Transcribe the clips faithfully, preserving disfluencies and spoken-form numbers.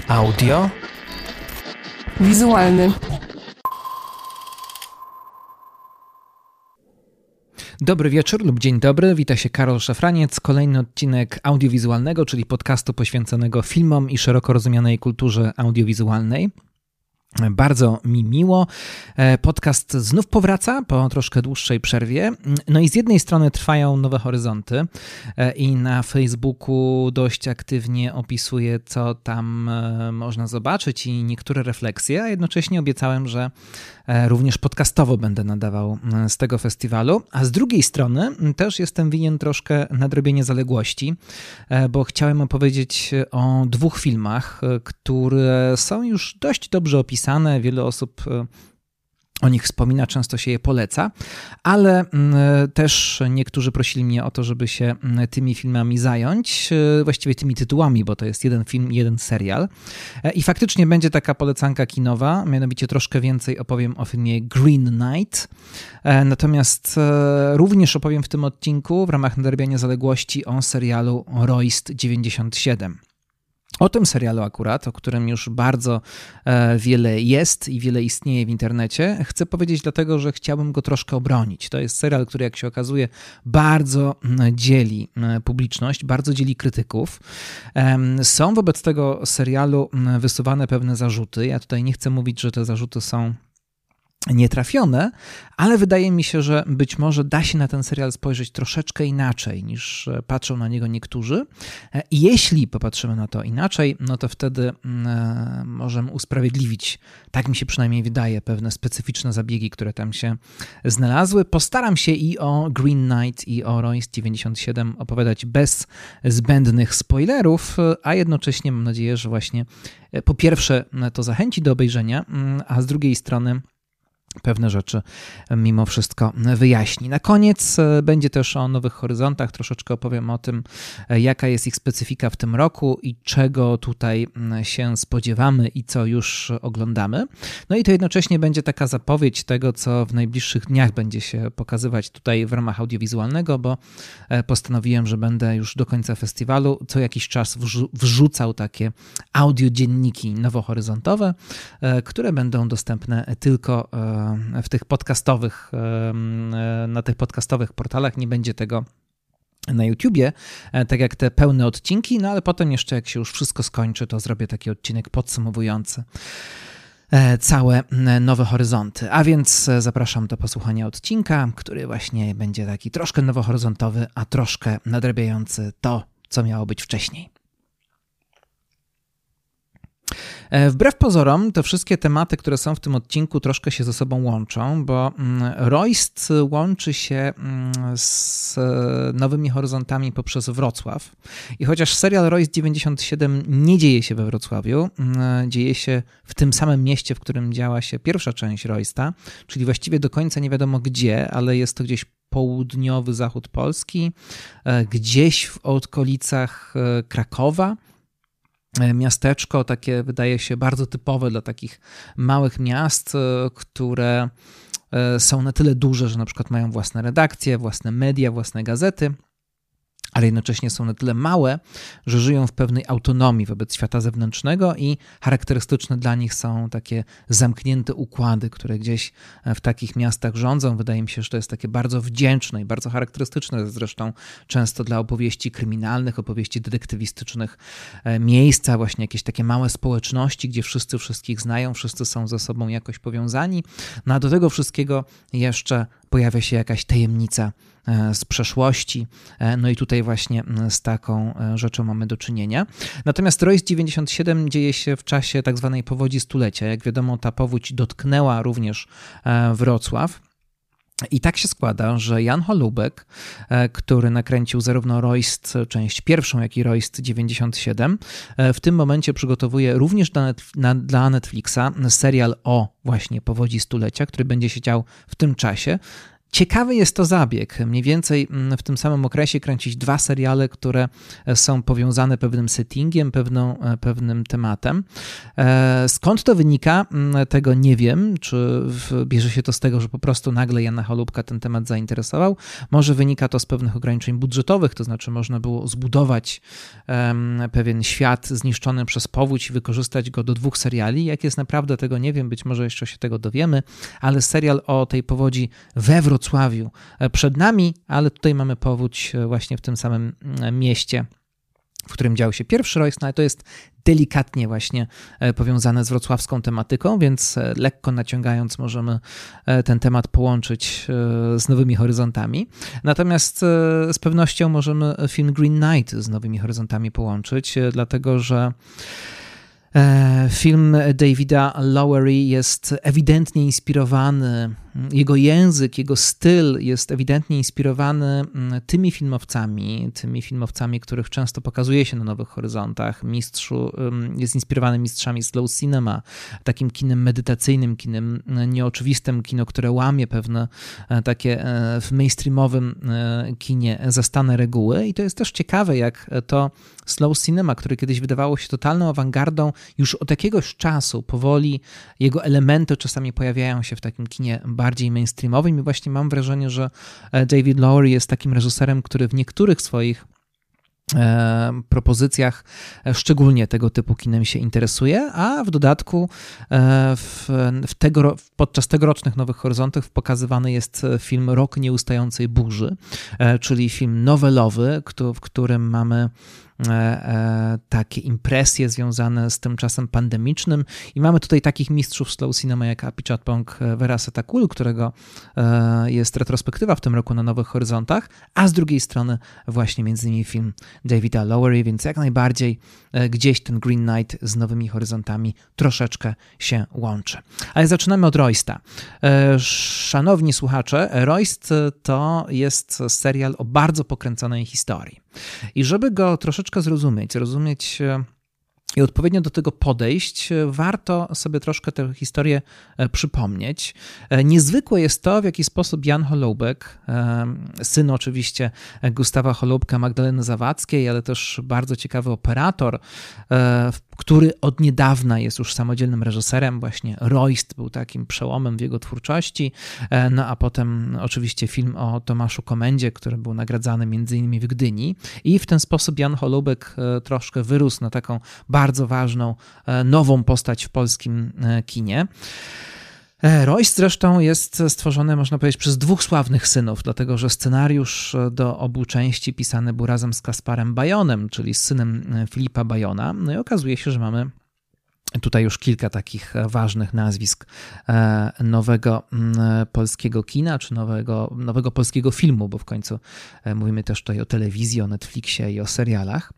Audio. Wizualny. Dobry wieczór lub dzień dobry, wita się Karol Szafraniec, kolejny odcinek audiowizualnego, czyli podcastu poświęconego filmom i szeroko rozumianej kulturze audiowizualnej. Bardzo mi miło. Podcast znów powraca po troszkę dłuższej przerwie. No i z jednej strony trwają nowe horyzonty i na Facebooku dość aktywnie opisuję, co tam można zobaczyć i niektóre refleksje, a jednocześnie obiecałem, że również podcastowo będę nadawał z tego festiwalu, a z drugiej strony też jestem winien troszkę nadrobienie zaległości, bo chciałem opowiedzieć o dwóch filmach, które są już dość dobrze opisane, wiele osób o nich wspomina, często się je poleca, ale też niektórzy prosili mnie o to, żeby się tymi filmami zająć, właściwie tymi tytułami, bo to jest jeden film, jeden serial. I faktycznie będzie taka polecanka kinowa, mianowicie troszkę więcej opowiem o filmie Green Knight, natomiast również opowiem w tym odcinku w ramach nadrabiania zaległości o serialu Royst dziewięćdziesiąt siedem. O tym serialu akurat, o którym już bardzo wiele jest i wiele istnieje w internecie, chcę powiedzieć dlatego, że chciałbym go troszkę obronić. To jest serial, który jak się okazuje bardzo dzieli publiczność, bardzo dzieli krytyków. Są wobec tego serialu wysuwane pewne zarzuty. Ja tutaj nie chcę mówić, że te zarzuty są nietrafione, ale wydaje mi się, że być może da się na ten serial spojrzeć troszeczkę inaczej niż patrzą na niego niektórzy. I jeśli popatrzymy na to inaczej, no to wtedy możemy usprawiedliwić, tak mi się przynajmniej wydaje, pewne specyficzne zabiegi, które tam się znalazły. Postaram się i o Green Knight, i o Royst dziewięćdziesiąt siedem opowiadać bez zbędnych spoilerów, a jednocześnie mam nadzieję, że właśnie po pierwsze to zachęci do obejrzenia, a z drugiej strony pewne rzeczy mimo wszystko wyjaśni. Na koniec będzie też o Nowych Horyzontach, troszeczkę opowiem o tym, jaka jest ich specyfika w tym roku i czego tutaj się spodziewamy i co już oglądamy. No i to jednocześnie będzie taka zapowiedź tego, co w najbliższych dniach będzie się pokazywać tutaj w ramach audiowizualnego, bo postanowiłem, że będę już do końca festiwalu co jakiś czas wrzucał takie audiodzienniki nowohoryzontowe, które będą dostępne tylko w tych podcastowych, na tych podcastowych portalach. Nie będzie tego na YouTubie, tak jak te pełne odcinki, no ale potem jeszcze jak się już wszystko skończy, to zrobię taki odcinek podsumowujący całe Nowe Horyzonty. A więc zapraszam do posłuchania odcinka, który właśnie będzie taki troszkę nowohoryzontowy, a troszkę nadrabiający to, co miało być wcześniej. Wbrew pozorom, te wszystkie tematy, które są w tym odcinku, troszkę się ze sobą łączą, bo Royst łączy się z Nowymi Horyzontami poprzez Wrocław. I chociaż serial Royst dziewięćdziesiąt siedem nie dzieje się we Wrocławiu, dzieje się w tym samym mieście, w którym działa się pierwsza część Roysta, czyli właściwie do końca nie wiadomo gdzie, ale jest to gdzieś południowy zachód Polski, gdzieś w okolicach Krakowa. Miasteczko takie wydaje się bardzo typowe dla takich małych miast, które są na tyle duże, że na przykład mają własne redakcje, własne media, własne gazety, ale jednocześnie są na tyle małe, że żyją w pewnej autonomii wobec świata zewnętrznego i charakterystyczne dla nich są takie zamknięte układy, które gdzieś w takich miastach rządzą. Wydaje mi się, że to jest takie bardzo wdzięczne i bardzo charakterystyczne zresztą często dla opowieści kryminalnych, opowieści detektywistycznych miejsca, właśnie jakieś takie małe społeczności, gdzie wszyscy wszystkich znają, wszyscy są ze sobą jakoś powiązani. No a do tego wszystkiego jeszcze pojawia się jakaś tajemnica z przeszłości, no i tutaj właśnie z taką rzeczą mamy do czynienia. Natomiast Royst dziewięćdziesiąt siedem dzieje się w czasie tak zwanej powodzi stulecia. Jak wiadomo, ta powódź dotknęła również Wrocław. I tak się składa, że Jan Holubek, który nakręcił zarówno Royst część pierwszą, jak i Royst dziewięćdziesiąt siedem, w tym momencie przygotowuje również dla, Netf- na, dla Netflixa serial o właśnie powodzi stulecia, który będzie się dział w tym czasie. Ciekawy jest to zabieg. Mniej więcej w tym samym okresie kręcić dwa seriale, które są powiązane pewnym settingiem, pewną, pewnym tematem. Skąd to wynika? Tego nie wiem. Czy bierze się to z tego, że po prostu nagle Jana Chalupka ten temat zainteresował? Może wynika to z pewnych ograniczeń budżetowych, to znaczy można było zbudować pewien świat zniszczony przez powódź i wykorzystać go do dwóch seriali. Jak jest naprawdę, tego nie wiem, być może jeszcze się tego dowiemy, ale serial o tej powodzi we Wrocławiu przed nami, ale tutaj mamy powódź właśnie w tym samym mieście, w którym dział się pierwszy Royst, no ale to jest delikatnie właśnie powiązane z wrocławską tematyką, więc lekko naciągając możemy ten temat połączyć z Nowymi Horyzontami. Natomiast z pewnością możemy film Green Knight z Nowymi Horyzontami połączyć, dlatego że film Davida Lowery jest ewidentnie inspirowany, jego język, jego styl jest ewidentnie inspirowany tymi filmowcami, tymi filmowcami, których często pokazuje się na Nowych Horyzontach. Mistrzu, jest inspirowany mistrzami slow cinema, takim kinem medytacyjnym, kinem nieoczywistym, kino, które łamie pewne takie w mainstreamowym kinie zastane reguły. I to jest też ciekawe, jak to slow cinema, które kiedyś wydawało się totalną awangardą, już od jakiegoś czasu powoli jego elementy czasami pojawiają się w takim kinie bardziej mainstreamowym i właśnie mam wrażenie, że David Lowery jest takim reżyserem, który w niektórych swoich e, propozycjach szczególnie tego typu kinem się interesuje, a w dodatku e, w, w tego, podczas tegorocznych Nowych Horyzontów pokazywany jest film Rok nieustającej burzy, e, czyli film nowelowy, kto, w którym mamy takie impresje związane z tym czasem pandemicznym i mamy tutaj takich mistrzów slow cinema jak Apichatpong Weerasethakul, którego jest retrospektywa w tym roku na Nowych Horyzontach, a z drugiej strony właśnie między innymi film Davida Lowery, więc jak najbardziej gdzieś ten Green Knight z Nowymi Horyzontami troszeczkę się łączy. Ale zaczynamy od Roysta. Szanowni słuchacze, Royst to jest serial o bardzo pokręconej historii. I żeby go troszeczkę zrozumieć, zrozumieć i odpowiednio do tego podejść, warto sobie troszkę tę historię przypomnieć. Niezwykłe jest to, w jaki sposób Jan Holoubek, syn oczywiście Gustawa Holoubka, Magdaleny Zawadzkiej, ale też bardzo ciekawy operator, który od niedawna jest już samodzielnym reżyserem. Właśnie Royst był takim przełomem w jego twórczości, no a potem oczywiście film o Tomaszu Komendzie, który był nagradzany między innymi w Gdyni i w ten sposób Jan Holoubek troszkę wyrósł na taką bardzo ważną, nową postać w polskim kinie. Royst zresztą jest stworzony, można powiedzieć, przez dwóch sławnych synów, dlatego że scenariusz do obu części pisany był razem z Kasparem Bajonem, czyli z synem Filipa Bajona. No i okazuje się, że mamy tutaj już kilka takich ważnych nazwisk nowego polskiego kina, czy nowego, nowego polskiego filmu, bo w końcu mówimy też tutaj o telewizji, o Netflixie i o serialach.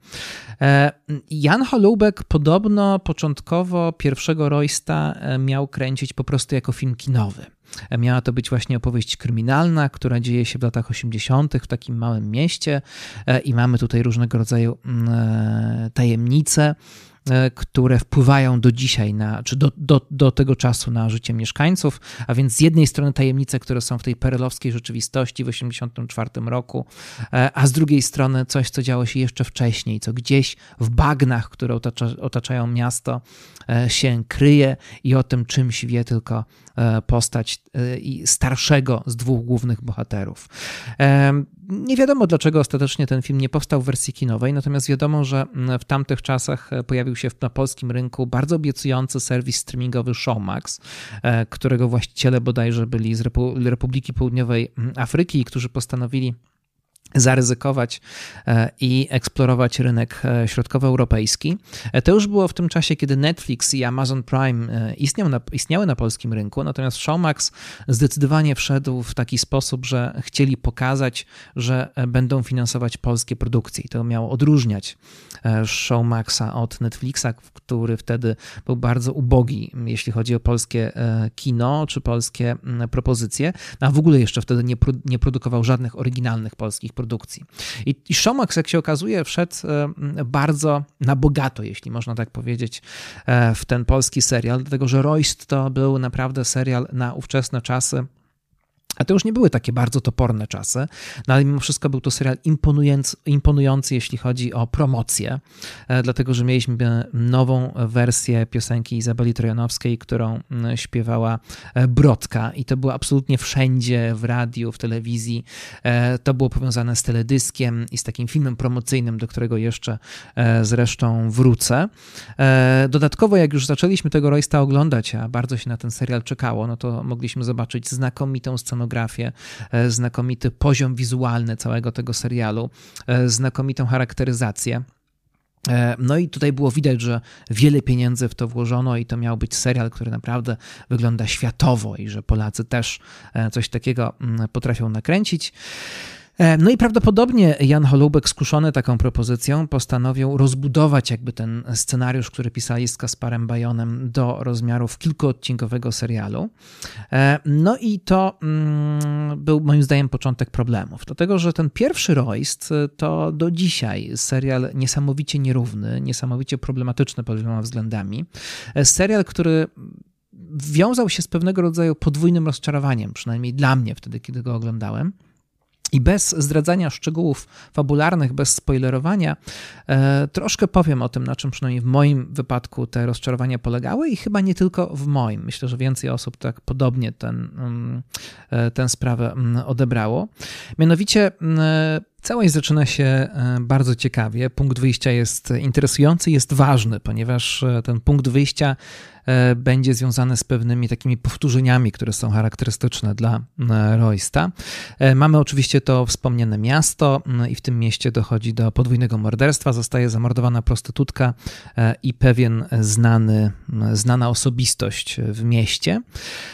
Jan Holoubek podobno początkowo pierwszego Roysta miał kręcić po prostu jako film kinowy. Miała to być właśnie opowieść kryminalna, która dzieje się w latach osiemdziesiątych w takim małym mieście i mamy tutaj różnego rodzaju tajemnice, które wpływają do dzisiaj, na, czy do, do, do tego czasu na życie mieszkańców, a więc z jednej strony tajemnice, które są w tej perelowskiej rzeczywistości w osiemdziesiątym czwartym roku, a z drugiej strony coś, co działo się jeszcze wcześniej, co gdzieś w bagnach, które otacza, otaczają miasto, się kryje i o tym czymś wie tylko postać starszego z dwóch głównych bohaterów. Nie wiadomo, dlaczego ostatecznie ten film nie powstał w wersji kinowej, natomiast wiadomo, że w tamtych czasach pojawił się na polskim rynku bardzo obiecujący serwis streamingowy Showmax, którego właściciele bodajże byli z Republiki Południowej Afryki, którzy postanowili zaryzykować i eksplorować rynek środkowoeuropejski. To już było w tym czasie, kiedy Netflix i Amazon Prime istniał na, istniały na polskim rynku, natomiast Showmax zdecydowanie wszedł w taki sposób, że chcieli pokazać, że będą finansować polskie produkcje i to miało odróżniać Showmaxa od Netflixa, który wtedy był bardzo ubogi, jeśli chodzi o polskie kino czy polskie propozycje, a w ogóle jeszcze wtedy nie, pro, nie produkował żadnych oryginalnych polskich produkcji. I, I Showmax, jak się okazuje, wszedł bardzo na bogato, jeśli można tak powiedzieć, w ten polski serial, dlatego że Royst to był naprawdę serial na ówczesne czasy A to już nie były takie bardzo toporne czasy, no ale mimo wszystko był to serial imponujący, imponujący jeśli chodzi o promocję, dlatego że mieliśmy nową wersję piosenki Izabeli Trojanowskiej, którą śpiewała Brodka i to było absolutnie wszędzie, w radiu, w telewizji. To było powiązane z teledyskiem i z takim filmem promocyjnym, do którego jeszcze zresztą wrócę. Dodatkowo, jak już zaczęliśmy tego Roysta oglądać, a bardzo się na ten serial czekało, no to mogliśmy zobaczyć znakomitą scenografię, znakomity poziom wizualny całego tego serialu, znakomitą charakteryzację. No i tutaj było widać, że wiele pieniędzy w to włożono i to miał być serial, który naprawdę wygląda światowo i że Polacy też coś takiego potrafią nakręcić. No i prawdopodobnie Jan Holubek, skuszony taką propozycją, postanowił rozbudować jakby ten scenariusz, który pisali z Kasparem Bajonem, do rozmiarów kilkuodcinkowego serialu. No i to był moim zdaniem początek problemów, dlatego że ten pierwszy Royst to do dzisiaj serial niesamowicie nierówny, niesamowicie problematyczny pod wieloma względami. Serial, który wiązał się z pewnego rodzaju podwójnym rozczarowaniem, przynajmniej dla mnie wtedy, kiedy go oglądałem. I bez zdradzania szczegółów fabularnych, bez spoilerowania, e, troszkę powiem o tym, na czym przynajmniej w moim wypadku te rozczarowania polegały i chyba nie tylko w moim. Myślę, że więcej osób tak podobnie ten, tę sprawę odebrało. Mianowicie e, całość zaczyna się bardzo ciekawie. Punkt wyjścia jest interesujący, jest ważny, ponieważ ten punkt wyjścia będzie związany z pewnymi takimi powtórzeniami, które są charakterystyczne dla Roysta. Mamy oczywiście to wspomniane miasto i w tym mieście dochodzi do podwójnego morderstwa. Zostaje zamordowana prostytutka i pewien znany, znana osobistość w mieście.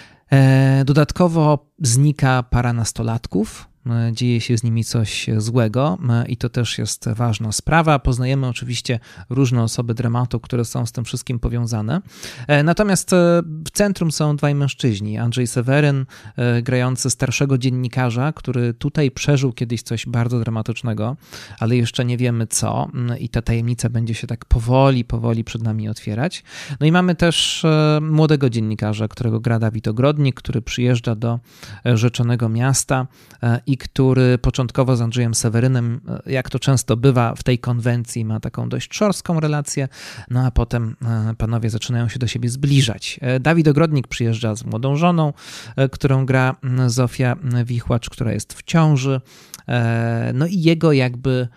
Dodatkowo znika para nastolatków. Dzieje się z nimi coś złego i to też jest ważna sprawa. Poznajemy oczywiście różne osoby dramatu, które są z tym wszystkim powiązane. Natomiast w centrum są dwaj mężczyźni. Andrzej Seweryn, grający starszego dziennikarza, który tutaj przeżył kiedyś coś bardzo dramatycznego, ale jeszcze nie wiemy co i ta tajemnica będzie się tak powoli, powoli przed nami otwierać. No i mamy też młodego dziennikarza, którego gra Dawid Ogrodnik, który przyjeżdża do rzeczonego miasta i który początkowo z Andrzejem Sewerynem, jak to często bywa w tej konwencji, ma taką dość szorstką relację, no a potem panowie zaczynają się do siebie zbliżać. Dawid Ogrodnik przyjeżdża z młodą żoną, którą gra Zofia Wichłacz, która jest w ciąży, no i jego jakby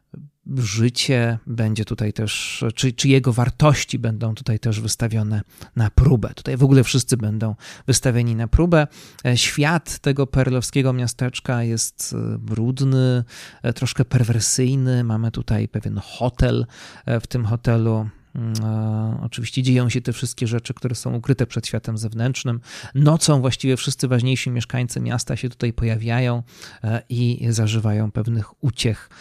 życie będzie tutaj też, czy, czy jego wartości będą tutaj też wystawione na próbę. Tutaj w ogóle wszyscy będą wystawieni na próbę. Świat tego perelowskiego miasteczka jest brudny, troszkę perwersyjny. Mamy tutaj pewien hotel. W tym hotelu oczywiście dzieją się te wszystkie rzeczy, które są ukryte przed światem zewnętrznym. Nocą właściwie wszyscy ważniejsi mieszkańcy miasta się tutaj pojawiają i zażywają pewnych uciech,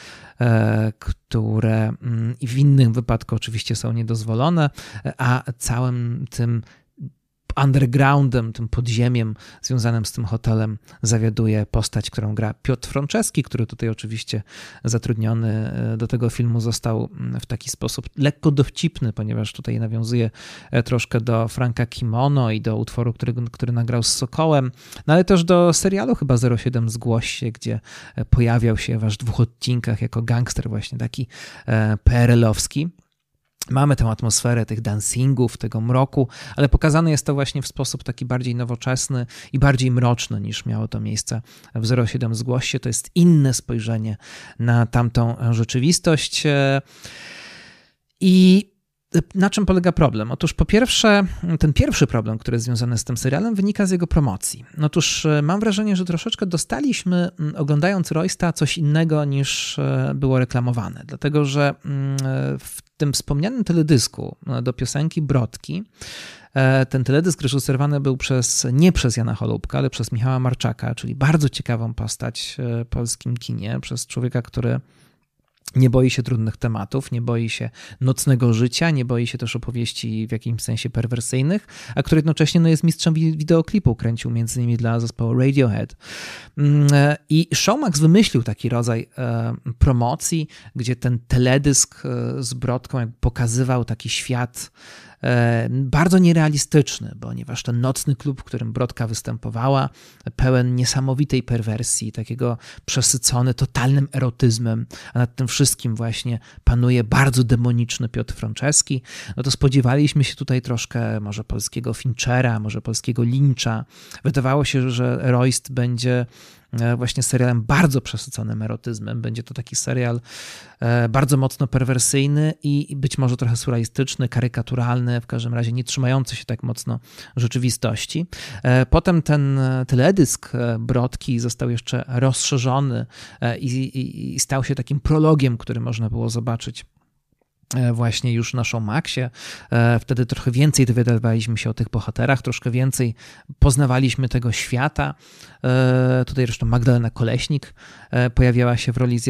które i w innym wypadku oczywiście są niedozwolone, a całym tym undergroundem, tym podziemiem związanym z tym hotelem zawiaduje postać, którą gra Piotr Franceski, który tutaj oczywiście zatrudniony do tego filmu został w taki sposób lekko dowcipny, ponieważ tutaj nawiązuje troszkę do Franka Kimono i do utworu, który, który nagrał z Sokołem, no ale też do serialu chyba zero siedem Zgłoś się, gdzie pojawiał się w aż dwóch odcinkach jako gangster właśnie taki P R L-owski. Mamy tę atmosferę tych dancingów, tego mroku, ale pokazane jest to właśnie w sposób taki bardziej nowoczesny i bardziej mroczny niż miało to miejsce w zero siedem Zgłoś się. To jest inne spojrzenie na tamtą rzeczywistość. I na czym polega problem? Otóż po pierwsze, ten pierwszy problem, który jest związany z tym serialem, wynika z jego promocji. Otóż mam wrażenie, że troszeczkę dostaliśmy, oglądając Roysta, coś innego niż było reklamowane, dlatego że w tym wspomnianym teledysku do piosenki Brodki, ten teledysk reżyserowany był przez, nie przez Jana Holubka, ale przez Michała Marczaka, czyli bardzo ciekawą postać w polskim kinie, przez człowieka, który nie boi się trudnych tematów, nie boi się nocnego życia, nie boi się też opowieści w jakimś sensie perwersyjnych, a który jednocześnie no, jest mistrzem wideoklipu, kręcił między innymi dla zespołu Radiohead. I Showmax wymyślił taki rodzaj e, promocji, gdzie ten teledysk z Brodką jakby pokazywał taki świat bardzo nierealistyczny, ponieważ ten nocny klub, w którym Brodka występowała, pełen niesamowitej perwersji, takiego przesycony totalnym erotyzmem, a nad tym wszystkim właśnie panuje bardzo demoniczny Piotr Franceski, no to spodziewaliśmy się tutaj troszkę może polskiego Finchera, może polskiego Lyncha. Wydawało się, że Royst będzie właśnie serialem bardzo przesyconym erotyzmem. Będzie to taki serial bardzo mocno perwersyjny i być może trochę surrealistyczny, karykaturalny, w każdym razie nie trzymający się tak mocno rzeczywistości. Potem ten teledysk Brodki został jeszcze rozszerzony i, i, i stał się takim prologiem, który można było zobaczyć właśnie już na Showmaxie. Wtedy trochę więcej dowiadywaliśmy się o tych bohaterach, troszkę więcej poznawaliśmy tego świata. Tutaj zresztą Magdalena Koleśnik pojawiała się w roli,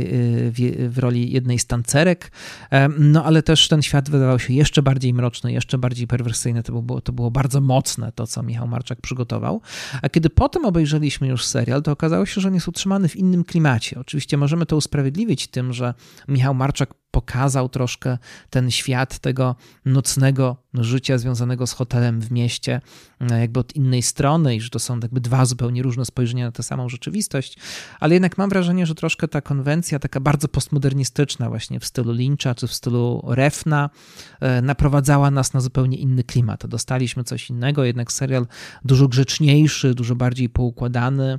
w roli jednej z tancerek, no ale też ten świat wydawał się jeszcze bardziej mroczny, jeszcze bardziej perwersyjny. To było, to było bardzo mocne, to co Michał Marczak przygotował. A kiedy potem obejrzeliśmy już serial, to okazało się, że on jest utrzymany w innym klimacie. Oczywiście możemy to usprawiedliwić tym, że Michał Marczak pokazał troszkę ten świat tego nocnego życia związanego z hotelem w mieście jakby od innej strony i że to są jakby dwa zupełnie różne spojrzenia na tę samą rzeczywistość, ale jednak mam wrażenie, że troszkę ta konwencja taka bardzo postmodernistyczna właśnie w stylu Lyncha czy w stylu Refna naprowadzała nas na zupełnie inny klimat. Dostaliśmy coś innego, jednak serial dużo grzeczniejszy, dużo bardziej poukładany,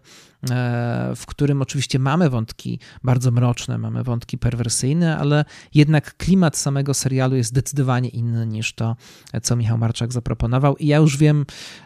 w którym oczywiście mamy wątki bardzo mroczne, mamy wątki perwersyjne, ale jednak klimat samego serialu jest zdecydowanie inny niż to, co Michał Marczak zaproponował. I ja już wiem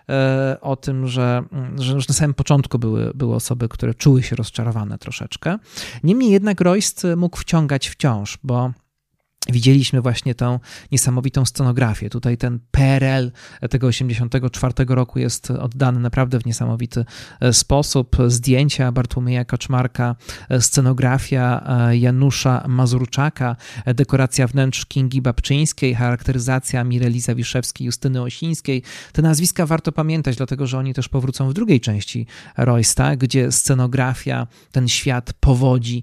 o tym, że, że już na samym początku były, były osoby, które czuły się rozczarowane troszeczkę. Niemniej jednak Royst mógł wciągać wciąż, bo widzieliśmy właśnie tą niesamowitą scenografię. Tutaj ten P R L tego osiemdziesiątego czwartego roku jest oddany naprawdę w niesamowity sposób. Zdjęcia Bartłomieja Kaczmarka, scenografia Janusza Mazurczaka, dekoracja wnętrz Kingi Babczyńskiej, charakteryzacja Mireli Zawiszewskiej, Justyny Osińskiej. Te nazwiska warto pamiętać, dlatego że oni też powrócą w drugiej części Roysta, gdzie scenografia, ten świat powodzi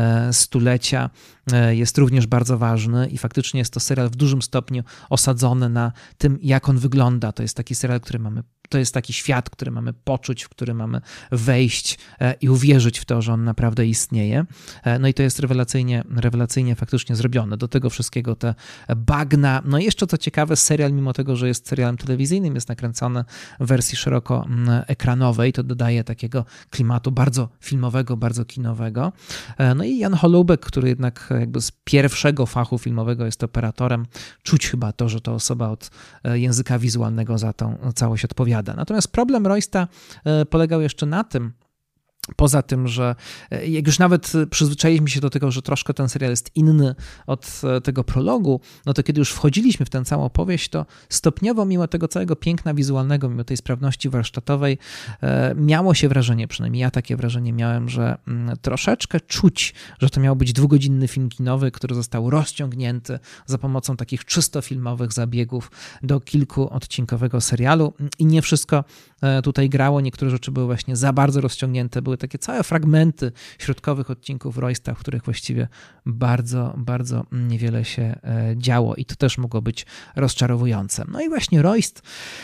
stulecia jest również bardzo ważny i faktycznie jest to serial w dużym stopniu osadzony na tym, jak on wygląda. To jest taki serial, który mamy, to jest taki świat, który mamy poczuć, w który mamy wejść i uwierzyć w to, że on naprawdę istnieje. No i to jest rewelacyjnie, rewelacyjnie faktycznie zrobione. Do tego wszystkiego te bagna. No i jeszcze co ciekawe, serial, mimo tego, że jest serialem telewizyjnym, jest nakręcony w wersji szeroko ekranowej, to dodaje takiego klimatu bardzo filmowego, bardzo kinowego. No i Jan Holubek, który jednak jakby z pierwszego fachu filmowego jest operatorem, czuć chyba to, że to osoba od języka wizualnego za tą całość odpowiada. Natomiast problem Roysta polegał jeszcze na tym, poza tym, że jak już nawet przyzwyczailiśmy się do tego, że troszkę ten serial jest inny od tego prologu, no to kiedy już wchodziliśmy w tę całą opowieść, to stopniowo mimo tego całego piękna wizualnego, mimo tej sprawności warsztatowej, miało się wrażenie, przynajmniej ja takie wrażenie miałem, że troszeczkę czuć, że to miał być dwugodzinny film kinowy, który został rozciągnięty za pomocą takich czysto filmowych zabiegów do kilkuodcinkowego serialu i nie wszystko tutaj grało, niektóre rzeczy były właśnie za bardzo rozciągnięte, były takie całe fragmenty środkowych odcinków Roysta, w których właściwie bardzo, bardzo niewiele się działo i to też mogło być rozczarowujące. No i właśnie Royst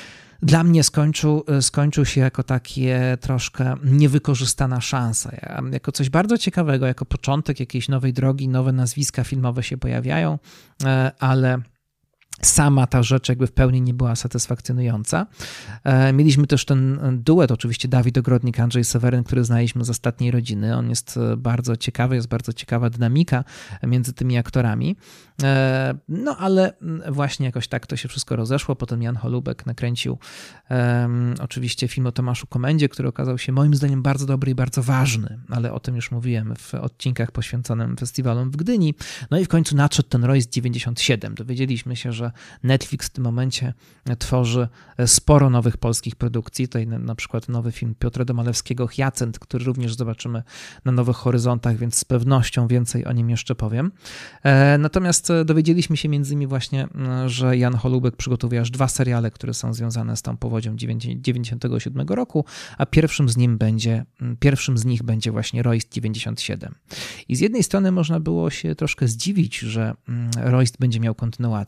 dla mnie skończył, skończył się jako takie troszkę niewykorzystana szansa, jako coś bardzo ciekawego, jako początek jakiejś nowej drogi, nowe nazwiska filmowe się pojawiają, ale sama ta rzecz jakby w pełni nie była satysfakcjonująca. Mieliśmy też ten duet, oczywiście Dawid Ogrodnik, Andrzej Seweryn, który znaliśmy z Ostatniej Rodziny. On jest bardzo ciekawy, jest bardzo ciekawa dynamika między tymi aktorami. No ale właśnie jakoś tak to się wszystko rozeszło. Potem Jan Holubek nakręcił um, oczywiście film o Tomaszu Komendzie, który okazał się moim zdaniem bardzo dobry i bardzo ważny, ale o tym już mówiłem w odcinkach poświęconym festiwalom w Gdyni. No i w końcu nadszedł ten Royst dziewięćdziesiąt siedem. Dowiedzieliśmy się, że Netflix w tym momencie tworzy sporo nowych polskich produkcji. Tutaj na przykład nowy film Piotra Domalewskiego Hyacynth, który również zobaczymy na Nowych Horyzontach, więc z pewnością więcej o nim jeszcze powiem. Natomiast dowiedzieliśmy się między innymi właśnie, że Jan Holubek przygotowuje aż dwa seriale, które są związane z tą powodzią dziewięćdziesiątego siódmego roku, a pierwszym z nim będzie, pierwszym z nich będzie właśnie Royst dziewięćdziesiąt siedem. I z jednej strony można było się troszkę zdziwić, że Royst będzie miał kontynuację,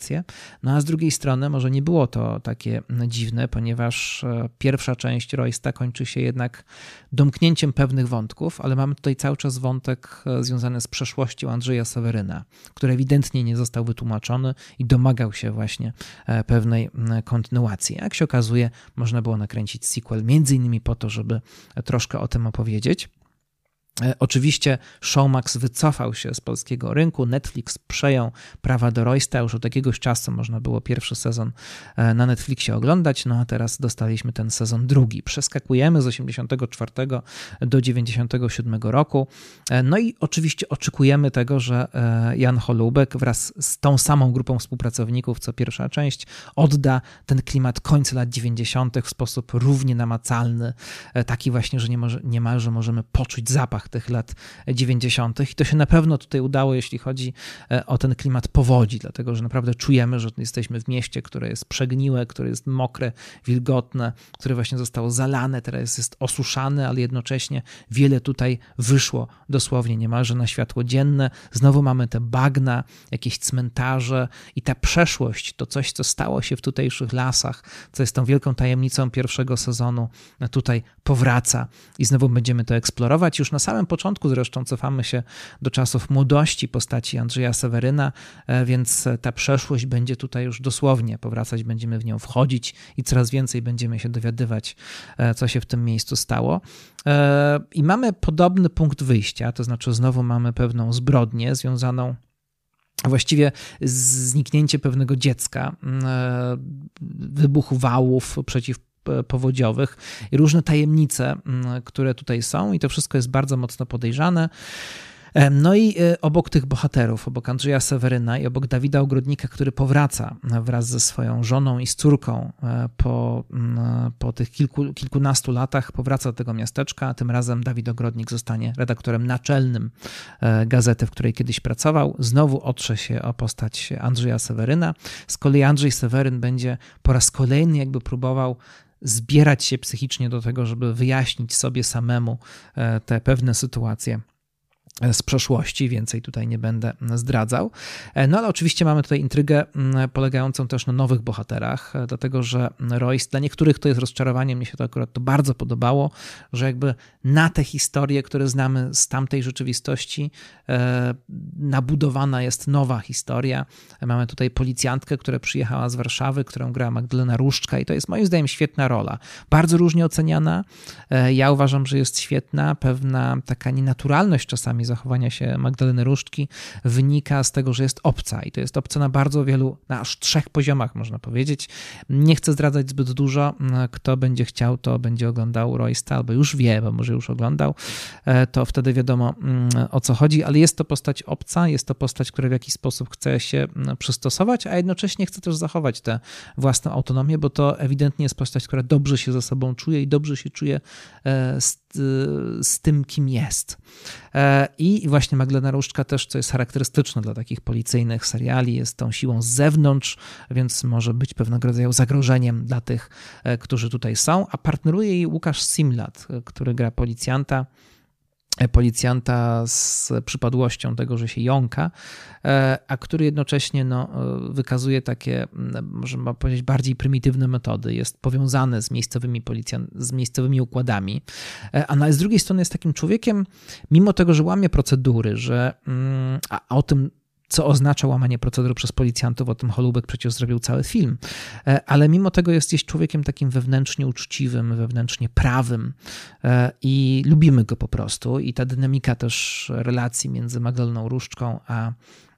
No a z drugiej strony może nie było to takie dziwne, ponieważ pierwsza część Roysta kończy się jednak domknięciem pewnych wątków, ale mamy tutaj cały czas wątek związany z przeszłością Andrzeja Seweryna, który ewidentnie nie został wytłumaczony i domagał się właśnie pewnej kontynuacji. Jak się okazuje, można było nakręcić sequel między innymi po to, żeby troszkę o tym opowiedzieć. Oczywiście Showmax wycofał się z polskiego rynku, Netflix przejął prawa do Roysta, już od jakiegoś czasu można było pierwszy sezon na Netflixie oglądać, no a teraz dostaliśmy ten sezon drugi. Przeskakujemy z osiemdziesiątego czwartego do dziewięćdziesiątego siódmego roku, no i oczywiście oczekujemy tego, że Jan Holubek wraz z tą samą grupą współpracowników, co pierwsza część, odda ten klimat końca lat dziewięćdziesiątych w sposób równie namacalny, taki właśnie, że niemalże możemy poczuć zapach tych lat dziewięćdziesiątych i to się na pewno tutaj udało, jeśli chodzi o ten klimat powodzi, dlatego że naprawdę czujemy, że jesteśmy w mieście, które jest przegniłe, które jest mokre, wilgotne, które właśnie zostało zalane, teraz jest osuszane, ale jednocześnie wiele tutaj wyszło dosłownie niemalże na światło dzienne. Znowu mamy te bagna, jakieś cmentarze i ta przeszłość, to coś, co stało się w tutejszych lasach, co jest tą wielką tajemnicą pierwszego sezonu, tutaj powraca i znowu będziemy to eksplorować. Już na samym początku zresztą cofamy się do czasów młodości postaci Andrzeja Seweryna, więc ta przeszłość będzie tutaj już dosłownie powracać, będziemy w nią wchodzić i coraz więcej będziemy się dowiadywać, co się w tym miejscu stało. I mamy podobny punkt wyjścia, to znaczy znowu mamy pewną zbrodnię związaną właściwie zniknięcie pewnego dziecka, wybuch wałów przeciw powodziowych i różne tajemnice, które tutaj są i to wszystko jest bardzo mocno podejrzane. No i obok tych bohaterów, obok Andrzeja Seweryna i obok Dawida Ogrodnika, który powraca wraz ze swoją żoną i z córką po, po tych kilku, kilkunastu latach, powraca do tego miasteczka, tym razem Dawid Ogrodnik zostanie redaktorem naczelnym gazety, w której kiedyś pracował. Znowu otrze się o postać Andrzeja Seweryna. Z kolei Andrzej Seweryn będzie po raz kolejny jakby próbował zbierać się psychicznie do tego, żeby wyjaśnić sobie samemu te pewne sytuacje z przeszłości, więcej tutaj nie będę zdradzał. No ale oczywiście mamy tutaj intrygę polegającą też na nowych bohaterach, dlatego że Royst dla niektórych to jest rozczarowanie, mnie się to akurat to bardzo podobało, że jakby na te historie, które znamy z tamtej rzeczywistości, nabudowana jest nowa historia. Mamy tutaj policjantkę, która przyjechała z Warszawy, którą grała Magdalena Różczka i to jest moim zdaniem świetna rola. Bardzo różnie oceniana. Ja uważam, że jest świetna, pewna taka nienaturalność czasami zachowania się Magdaleny Różczki wynika z tego, że jest obca i to jest obca na bardzo wielu, na aż trzech poziomach można powiedzieć. Nie chcę zdradzać zbyt dużo. Kto będzie chciał, to będzie oglądał Roysta albo już wie, bo może już oglądał, to wtedy wiadomo o co chodzi, ale jest to postać obca, jest to postać, która w jakiś sposób chce się przystosować, a jednocześnie chce też zachować tę własną autonomię, bo to ewidentnie jest postać, która dobrze się ze sobą czuje i dobrze się czuje z, z tym, kim jest. I właśnie Magdalena Różczka też, co jest charakterystyczne dla takich policyjnych seriali, jest tą siłą z zewnątrz, więc może być pewnego rodzaju zagrożeniem dla tych, którzy tutaj są, a partneruje jej Łukasz Simlat, który gra policjanta, policjanta z przypadłością tego, że się jąka, a który jednocześnie no, wykazuje takie, można powiedzieć, bardziej prymitywne metody. Jest powiązany z miejscowymi policjan- z miejscowymi układami, a z drugiej strony jest takim człowiekiem, mimo tego, że łamie procedury, że a o tym, co oznacza łamanie procedur przez policjantów, o tym Holubek przecież zrobił cały film, ale mimo tego jest gdzieś człowiekiem takim wewnętrznie uczciwym, wewnętrznie prawym i lubimy go po prostu i ta dynamika też relacji między Magdaleną Różczką a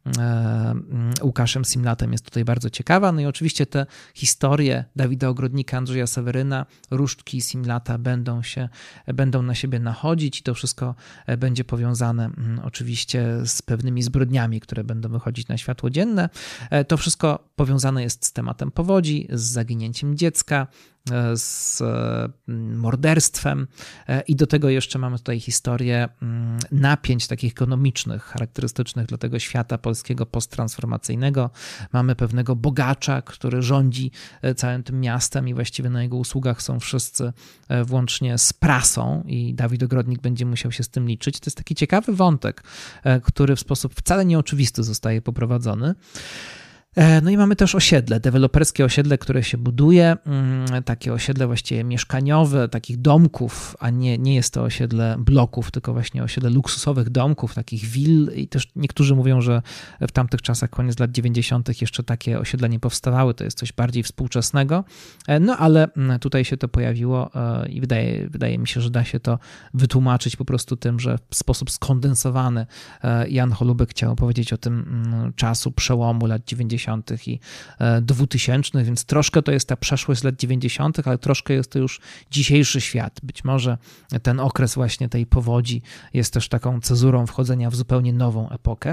Łukaszem Simlatem jest tutaj bardzo ciekawa. No i oczywiście te historie Dawida Ogrodnika, Andrzeja Seweryna, Różczki i Simlata będą się, będą na siebie nachodzić i to wszystko będzie powiązane oczywiście z pewnymi zbrodniami, które będą wychodzić na światło dzienne. To wszystko powiązane jest z tematem powodzi, z zaginięciem dziecka, z morderstwem i do tego jeszcze mamy tutaj historię napięć takich ekonomicznych, charakterystycznych dla tego świata polskiego posttransformacyjnego. Mamy pewnego bogacza, który rządzi całym tym miastem i właściwie na jego usługach są wszyscy, włącznie z prasą i Dawid Ogrodnik będzie musiał się z tym liczyć. To jest taki ciekawy wątek, który w sposób wcale nieoczywisty zostaje poprowadzony. No i mamy też osiedle, deweloperskie osiedle, które się buduje, takie osiedle właściwie mieszkaniowe, takich domków, a nie, nie jest to osiedle bloków, tylko właśnie osiedle luksusowych domków, takich will i też niektórzy mówią, że w tamtych czasach, koniec lat dziewięćdziesiątych jeszcze takie osiedla nie powstawały, to jest coś bardziej współczesnego, no ale tutaj się to pojawiło i wydaje, wydaje mi się, że da się to wytłumaczyć po prostu tym, że w sposób skondensowany Jan Holubek chciał powiedzieć o tym czasu przełomu lat dziewięćdziesiątych i dwutysięcznych, więc troszkę to jest ta przeszłość z lat dziewięćdziesiątych, ale troszkę jest to już dzisiejszy świat. Być może ten okres właśnie tej powodzi jest też taką cezurą wchodzenia w zupełnie nową epokę.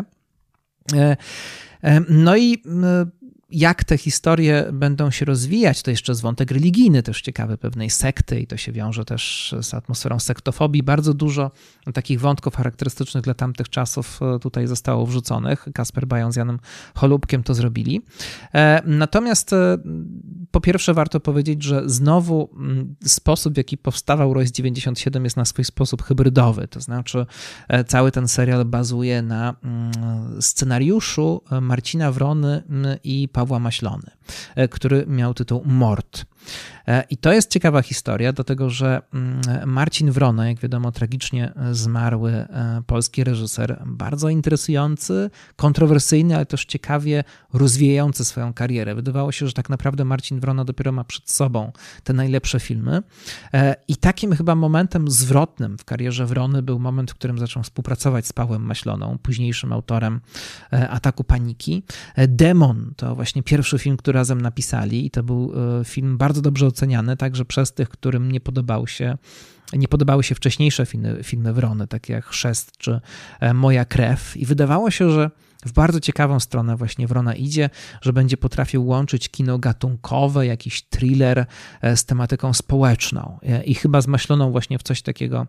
No i jak te historie będą się rozwijać, to jeszcze jest wątek religijny, też ciekawy, pewnej sekty i to się wiąże też z atmosferą sektofobii. Bardzo dużo takich wątków charakterystycznych dla tamtych czasów tutaj zostało wrzuconych. Kasper Bajon z Janem Holubkiem to zrobili. Natomiast po pierwsze warto powiedzieć, że znowu sposób, w jaki powstawał Royce dziewięćdziesiąt siedem jest na swój sposób hybrydowy, to znaczy cały ten serial bazuje na scenariuszu Marcina Wrony i Pawła Maślony, który miał tytuł Mord. I to jest ciekawa historia, dlatego że Marcin Wrona, jak wiadomo, tragicznie zmarły polski reżyser, bardzo interesujący, kontrowersyjny, ale też ciekawie rozwijający swoją karierę. Wydawało się, że tak naprawdę Marcin Wrona dopiero ma przed sobą te najlepsze filmy. I takim chyba momentem zwrotnym w karierze Wrony był moment, w którym zaczął współpracować z Pawłem Maśloną, późniejszym autorem Ataku Paniki. Demon to właśnie pierwszy film, który razem napisali i to był film bardzo dobrze oceniany, także przez tych, którym nie podobał się, nie podobały się wcześniejsze filmy, filmy Wrony, takie jak Chrzest czy Moja krew. I wydawało się, że w bardzo ciekawą stronę właśnie Wrona idzie, że będzie potrafił łączyć kino gatunkowe, jakiś thriller z tematyką społeczną. I chyba z Maśloną właśnie w coś takiego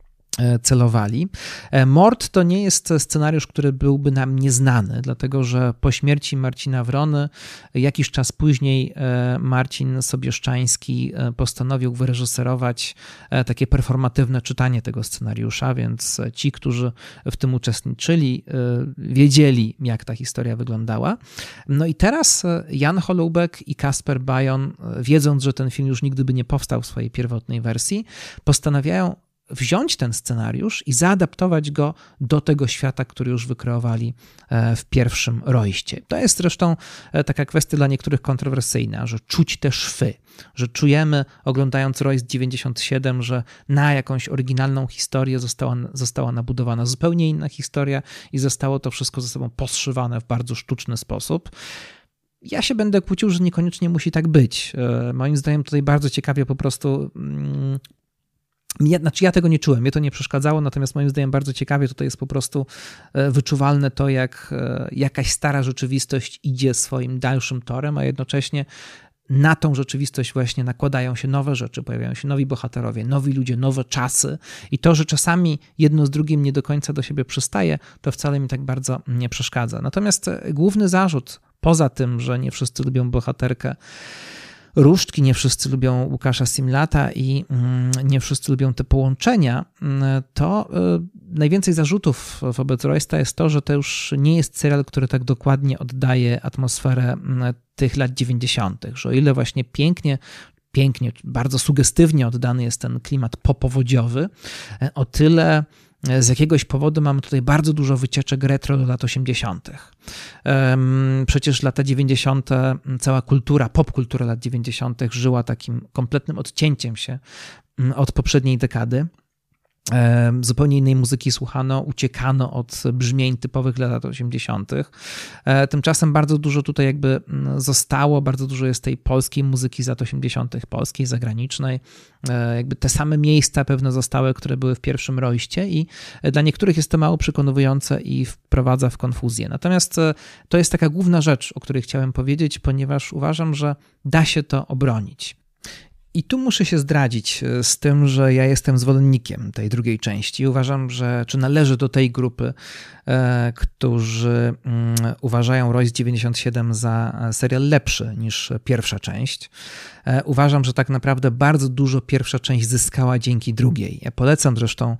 celowali. Mord to nie jest scenariusz, który byłby nam nieznany, dlatego że po śmierci Marcina Wrony jakiś czas później Marcin Sobieszczański postanowił wyreżyserować takie performatywne czytanie tego scenariusza, więc ci, którzy w tym uczestniczyli, wiedzieli, jak ta historia wyglądała. No i teraz Jan Holubek i Kasper Bajon, wiedząc, że ten film już nigdy by nie powstał w swojej pierwotnej wersji, postanawiają wziąć ten scenariusz i zaadaptować go do tego świata, który już wykreowali w pierwszym Royście. To jest zresztą taka kwestia dla niektórych kontrowersyjna, że czuć te szwy, że czujemy, oglądając Royce dziewięćdziesiąt siedem, że na jakąś oryginalną historię została, została nabudowana zupełnie inna historia i zostało to wszystko ze sobą poszywane w bardzo sztuczny sposób. Ja się będę kłócił, że niekoniecznie musi tak być. Moim zdaniem tutaj bardzo ciekawie po prostu... Mm, Ja, znaczy ja tego nie czułem, mnie to nie przeszkadzało, natomiast moim zdaniem bardzo ciekawie tutaj jest po prostu wyczuwalne to, jak jakaś stara rzeczywistość idzie swoim dalszym torem, a jednocześnie na tą rzeczywistość właśnie nakładają się nowe rzeczy, pojawiają się nowi bohaterowie, nowi ludzie, nowe czasy i to, że czasami jedno z drugim nie do końca do siebie przystaje, to wcale mi tak bardzo nie przeszkadza. Natomiast główny zarzut, poza tym, że nie wszyscy lubią bohaterkę Różdżki, nie wszyscy lubią Łukasza Simlata i nie wszyscy lubią te połączenia, to najwięcej zarzutów wobec Roysta jest to, że to już nie jest serial, który tak dokładnie oddaje atmosferę tych lat dziewięćdziesiątych, że o ile właśnie pięknie pięknie, bardzo sugestywnie oddany jest ten klimat popowodziowy, o tyle z jakiegoś powodu mamy tutaj bardzo dużo wycieczek retro do lat osiemdziesiątych. Przecież lata dziewięćdziesiąte, cała kultura, popkultura lat dziewięćdziesiątych żyła takim kompletnym odcięciem się od poprzedniej dekady. Zupełnie innej muzyki słuchano, uciekano od brzmień typowych dla lat osiemdziesiątych. Tymczasem bardzo dużo tutaj jakby zostało, bardzo dużo jest tej polskiej muzyki z lat osiemdziesiątych, polskiej, zagranicznej. Jakby te same miejsca pewne zostały, które były w pierwszym Royście i dla niektórych jest to mało przekonujące i wprowadza w konfuzję. Natomiast to jest taka główna rzecz, o której chciałem powiedzieć, ponieważ uważam, że da się to obronić. I tu muszę się zdradzić z tym, że ja jestem zwolennikiem tej drugiej części. Uważam, że czy należę do tej grupy, e, którzy mm, uważają Royce dziewięćdziesiąt siedem za serial lepszy niż pierwsza część. E, uważam, że tak naprawdę bardzo dużo pierwsza część zyskała dzięki drugiej. Ja polecam zresztą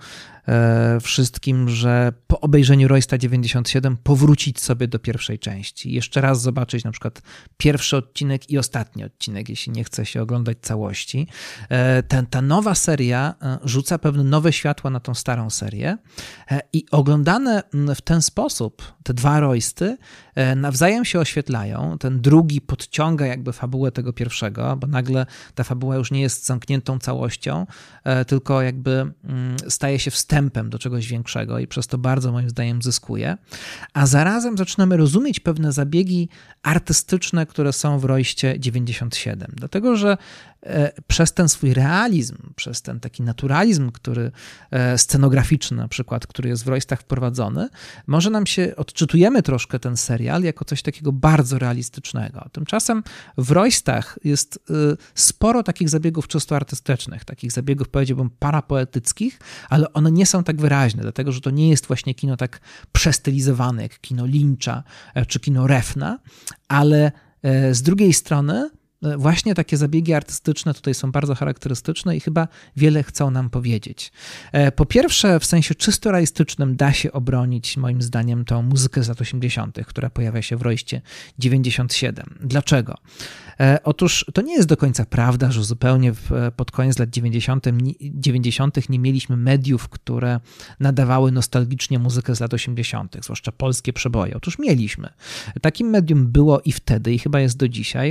wszystkim, że po obejrzeniu Roysta dziewięćdziesiąt siedem powrócić sobie do pierwszej części. Jeszcze raz zobaczyć na przykład pierwszy odcinek i ostatni odcinek, jeśli nie chce się oglądać całości. Ta, ta nowa seria rzuca pewne nowe światła na tą starą serię i oglądane w ten sposób te dwa Roysty nawzajem się oświetlają. Ten drugi podciąga jakby fabułę tego pierwszego, bo nagle ta fabuła już nie jest zamkniętą całością, tylko jakby staje się wstępem do czegoś większego i przez to bardzo moim zdaniem zyskuje. A zarazem zaczynamy rozumieć pewne zabiegi artystyczne, które są w Royście dziewięćdziesiąt siedem. Dlatego, że przez ten swój realizm, przez ten taki naturalizm, który scenograficzny na przykład, który jest w Roystach wprowadzony, może nam się, odczytujemy troszkę ten serial jako coś takiego bardzo realistycznego. Tymczasem w Roystach jest sporo takich zabiegów czysto artystycznych, takich zabiegów powiedziałbym parapoetyckich, ale one nie są tak wyraźne, dlatego że to nie jest właśnie kino tak przestylizowane jak kino Lyncha czy kino Refna, ale z drugiej strony właśnie takie zabiegi artystyczne tutaj są bardzo charakterystyczne i chyba wiele chcą nam powiedzieć. Po pierwsze, w sensie czysto realistycznym da się obronić moim zdaniem tą muzykę z lat osiemdziesiątych, która pojawia się w Royście dziewięćdziesiąt siedem. Dlaczego? Otóż to nie jest do końca prawda, że zupełnie pod koniec lat dziewięćdziesiątych nie mieliśmy mediów, które nadawały nostalgicznie muzykę z lat osiemdziesiątych, zwłaszcza polskie przeboje. Otóż mieliśmy. Takim medium było i wtedy i chyba jest do dzisiaj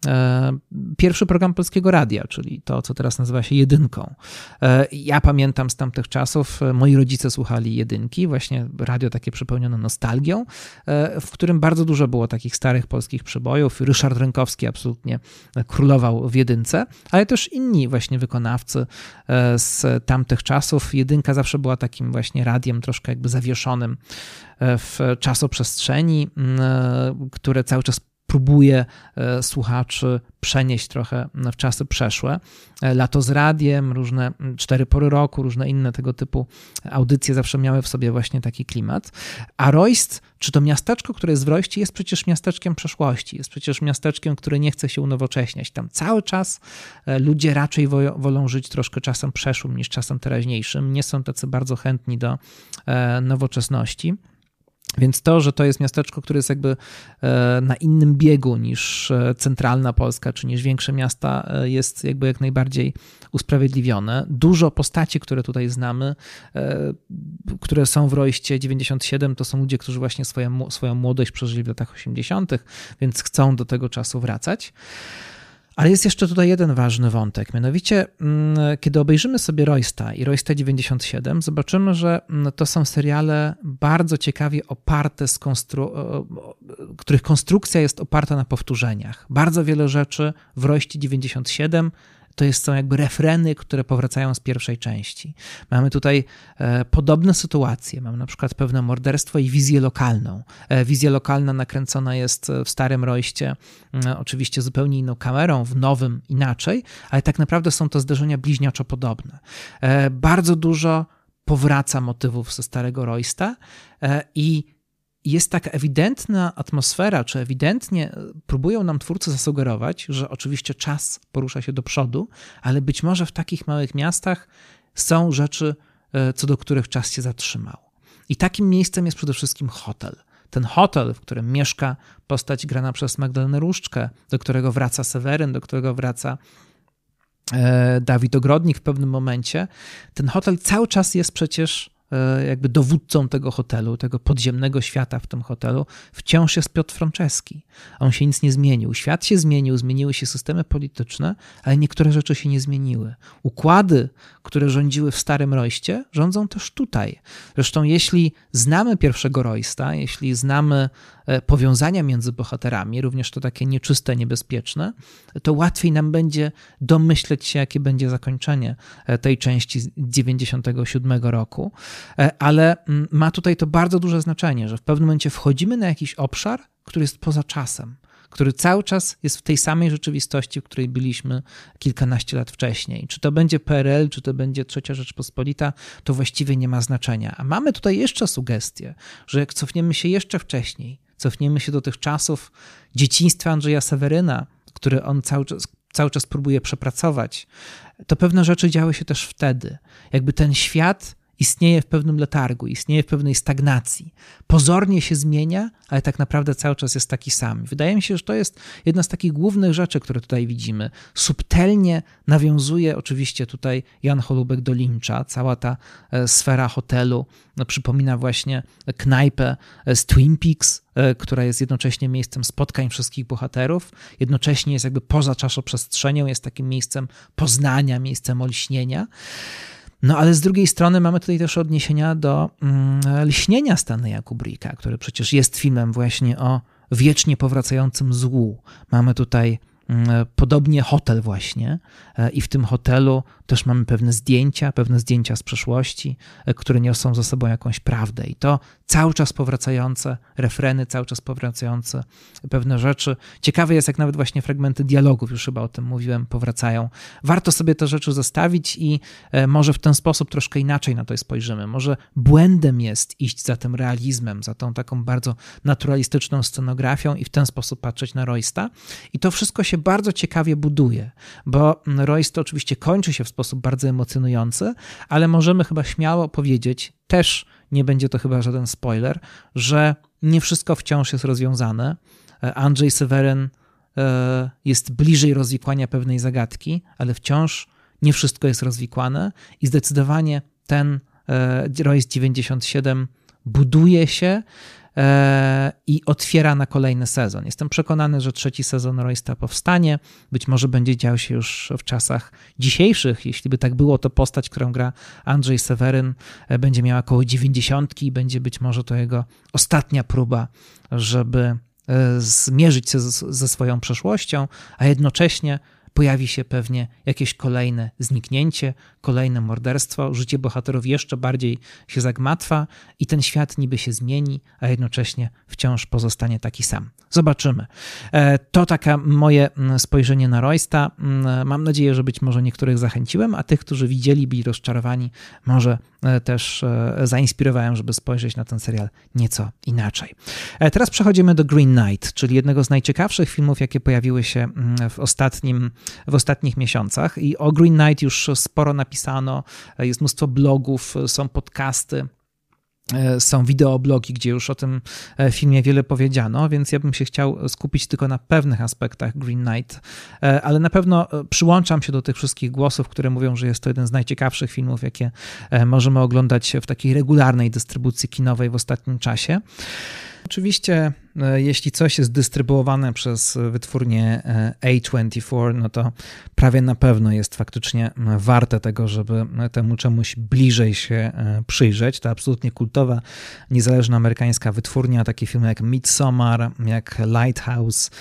pierwszy program Polskiego Radia, czyli to, co teraz nazywa się Jedynką. Ja pamiętam z tamtych czasów, moi rodzice słuchali Jedynki, właśnie radio takie przepełnione nostalgią, w którym bardzo dużo było takich starych polskich przebojów. Ryszard Rękowski absolutnie królował w Jedynce, ale też inni właśnie wykonawcy z tamtych czasów. Jedynka zawsze była takim właśnie radiem troszkę jakby zawieszonym w czasoprzestrzeni, które cały czas próbuje słuchaczy przenieść trochę w czasy przeszłe. Lato z radiem, różne cztery pory roku, różne inne tego typu audycje zawsze miały w sobie właśnie taki klimat. A Royst, czy to miasteczko, które jest w Royście, jest przecież miasteczkiem przeszłości, jest przecież miasteczkiem, które nie chce się unowocześniać. Tam cały czas ludzie raczej wolą żyć troszkę czasem przeszłym niż czasem teraźniejszym. Nie są tacy bardzo chętni do nowoczesności. Więc to, że to jest miasteczko, które jest jakby na innym biegu niż centralna Polska, czy niż większe miasta, jest jakby jak najbardziej usprawiedliwione. Dużo postaci, które tutaj znamy, które są w Royście dziewięćdziesiąt siedem, to są ludzie, którzy właśnie swoją, swoją młodość przeżyli w latach osiemdziesiątych, więc chcą do tego czasu wracać. Ale jest jeszcze tutaj jeden ważny wątek, mianowicie kiedy obejrzymy sobie Roysta i Roysta dziewięćdziesiąt siedem, zobaczymy, że to są seriale bardzo ciekawie oparte, z konstru... których konstrukcja jest oparta na powtórzeniach. Bardzo wiele rzeczy w Royście dziewięćdziesiąt siedem to jest, są jakby refreny, które powracają z pierwszej części. Mamy tutaj e, podobne sytuacje. Mamy na przykład pewne morderstwo i wizję lokalną. E, wizja lokalna nakręcona jest w starym Royście, e, oczywiście zupełnie inną kamerą, w nowym inaczej, ale tak naprawdę są to zdarzenia bliźniaczo podobne. E, bardzo dużo powraca motywów ze starego Roysta e, i jest taka ewidentna atmosfera, czy ewidentnie próbują nam twórcy zasugerować, że oczywiście czas porusza się do przodu, ale być może w takich małych miastach są rzeczy, co do których czas się zatrzymał. I takim miejscem jest przede wszystkim hotel. Ten hotel, w którym mieszka postać grana przez Magdalenę Różczkę, do którego wraca Seweryn, do którego wraca Dawid Ogrodnik w pewnym momencie. Ten hotel cały czas jest przecież jakby dowódcą tego hotelu, tego podziemnego świata w tym hotelu, wciąż jest Piotr Franceski. On się nic nie zmienił. Świat się zmienił, zmieniły się systemy polityczne, ale niektóre rzeczy się nie zmieniły. Układy, które rządziły w starym Royście, rządzą też tutaj. Zresztą jeśli znamy pierwszego Roysta, jeśli znamy powiązania między bohaterami, również to takie nieczyste, niebezpieczne, to łatwiej nam będzie domyśleć się, jakie będzie zakończenie tej części z dziewięćdziesiątego siódmego roku. Ale ma tutaj to bardzo duże znaczenie, że w pewnym momencie wchodzimy na jakiś obszar, który jest poza czasem, który cały czas jest w tej samej rzeczywistości, w której byliśmy kilkanaście lat wcześniej. Czy to będzie P R L, czy to będzie Trzecia Rzeczpospolita, to właściwie nie ma znaczenia. A mamy tutaj jeszcze sugestię, że jak cofniemy się jeszcze wcześniej, cofniemy się do tych czasów dzieciństwa Andrzeja Seweryna, który on cały czas, cały czas próbuje przepracować, to pewne rzeczy działy się też wtedy. Jakby ten świat istnieje w pewnym letargu, istnieje w pewnej stagnacji. Pozornie się zmienia, ale tak naprawdę cały czas jest taki sam. Wydaje mi się, że to jest jedna z takich głównych rzeczy, które tutaj widzimy. Subtelnie nawiązuje oczywiście tutaj Jan Holubek do Lyncha. Cała ta sfera hotelu no, przypomina właśnie knajpę z Twin Peaks, która jest jednocześnie miejscem spotkań wszystkich bohaterów, jednocześnie jest jakby poza czasoprzestrzenią, jest takim miejscem poznania, miejscem olśnienia. No ale z drugiej strony mamy tutaj też odniesienia do mm, Lśnienia Stanleya Kubricka, który przecież jest filmem właśnie o wiecznie powracającym złu. Mamy tutaj mm, podobnie hotel właśnie e, i w tym hotelu też mamy pewne zdjęcia, pewne zdjęcia z przeszłości, e, które niosą ze sobą jakąś prawdę i to cały czas powracające refreny, cały czas powracające pewne rzeczy. Ciekawe jest, jak nawet właśnie fragmenty dialogów, już chyba o tym mówiłem, powracają. Warto sobie te rzeczy zostawić i e, może w ten sposób troszkę inaczej na to spojrzymy. Może błędem jest iść za tym realizmem, za tą taką bardzo naturalistyczną scenografią i w ten sposób patrzeć na Roysta. I to wszystko się bardzo ciekawie buduje, bo Royst oczywiście kończy się w sposób bardzo emocjonujący, ale możemy chyba śmiało powiedzieć, też nie będzie to chyba żaden spoiler, że nie wszystko wciąż jest rozwiązane. Andrzej Seweryn jest bliżej rozwikłania pewnej zagadki, ale wciąż nie wszystko jest rozwikłane i zdecydowanie ten Royst dziewięćdziesiąt siedem buduje się i otwiera na kolejny sezon. Jestem przekonany, że trzeci sezon Roysta powstanie. Być może będzie dział się już w czasach dzisiejszych. Jeśli by tak było, to postać, którą gra Andrzej Seweryn, będzie miała około dziewięćdziesiątki i będzie być może to jego ostatnia próba, żeby zmierzyć się ze swoją przeszłością, a jednocześnie pojawi się pewnie jakieś kolejne zniknięcie, kolejne morderstwo, życie bohaterów jeszcze bardziej się zagmatwa i ten świat niby się zmieni, a jednocześnie wciąż pozostanie taki sam. Zobaczymy. To takie moje spojrzenie na Roysta. Mam nadzieję, że być może niektórych zachęciłem, a tych, którzy widzieli, byli rozczarowani, może też zainspirowałem, żeby spojrzeć na ten serial nieco inaczej. Teraz przechodzimy do Green Knight, czyli jednego z najciekawszych filmów, jakie pojawiły się w ostatnim w ostatnich miesiącach i o Green Knight już sporo napisano, jest mnóstwo blogów, są podcasty, są wideoblogi, gdzie już o tym filmie wiele powiedziano, więc ja bym się chciał skupić tylko na pewnych aspektach Green Knight, ale na pewno przyłączam się do tych wszystkich głosów, które mówią, że jest to jeden z najciekawszych filmów, jakie możemy oglądać w takiej regularnej dystrybucji kinowej w ostatnim czasie. Oczywiście, jeśli coś jest dystrybuowane przez wytwórnię A dwadzieścia cztery, no to prawie na pewno jest faktycznie warte tego, żeby temu czemuś bliżej się przyjrzeć. To absolutnie kultowa, niezależna amerykańska wytwórnia, takie filmy jak Midsommar, jak Lighthouse,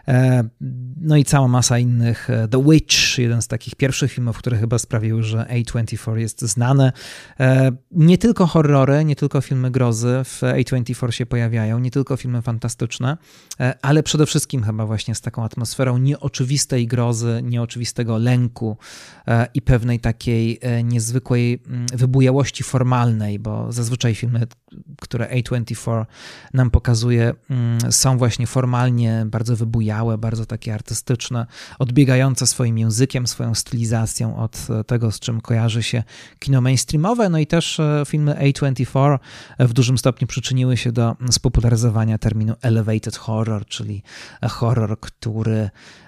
no i cała masa innych. The Witch, jeden z takich pierwszych filmów, które chyba sprawiły, że A dwadzieścia cztery jest znane. Nie tylko horrory, nie tylko filmy grozy w A dwadzieścia cztery się pojawiają, nie tylko filmy fantastyczne, ale przede wszystkim chyba właśnie z taką atmosferą nieoczywistej grozy, nieoczywistego lęku i pewnej takiej niezwykłej wybujałości formalnej, bo zazwyczaj filmy, które A dwadzieścia cztery nam pokazuje, są właśnie formalnie bardzo wybujałe, bardzo takie artystyczne, odbiegające swoim językiem, swoją stylizacją od tego, z czym kojarzy się kino mainstreamowe, no i też filmy A dwadzieścia cztery w dużym stopniu przyczyniły się do spopularyzowania terminu elevated horror, czyli horror, który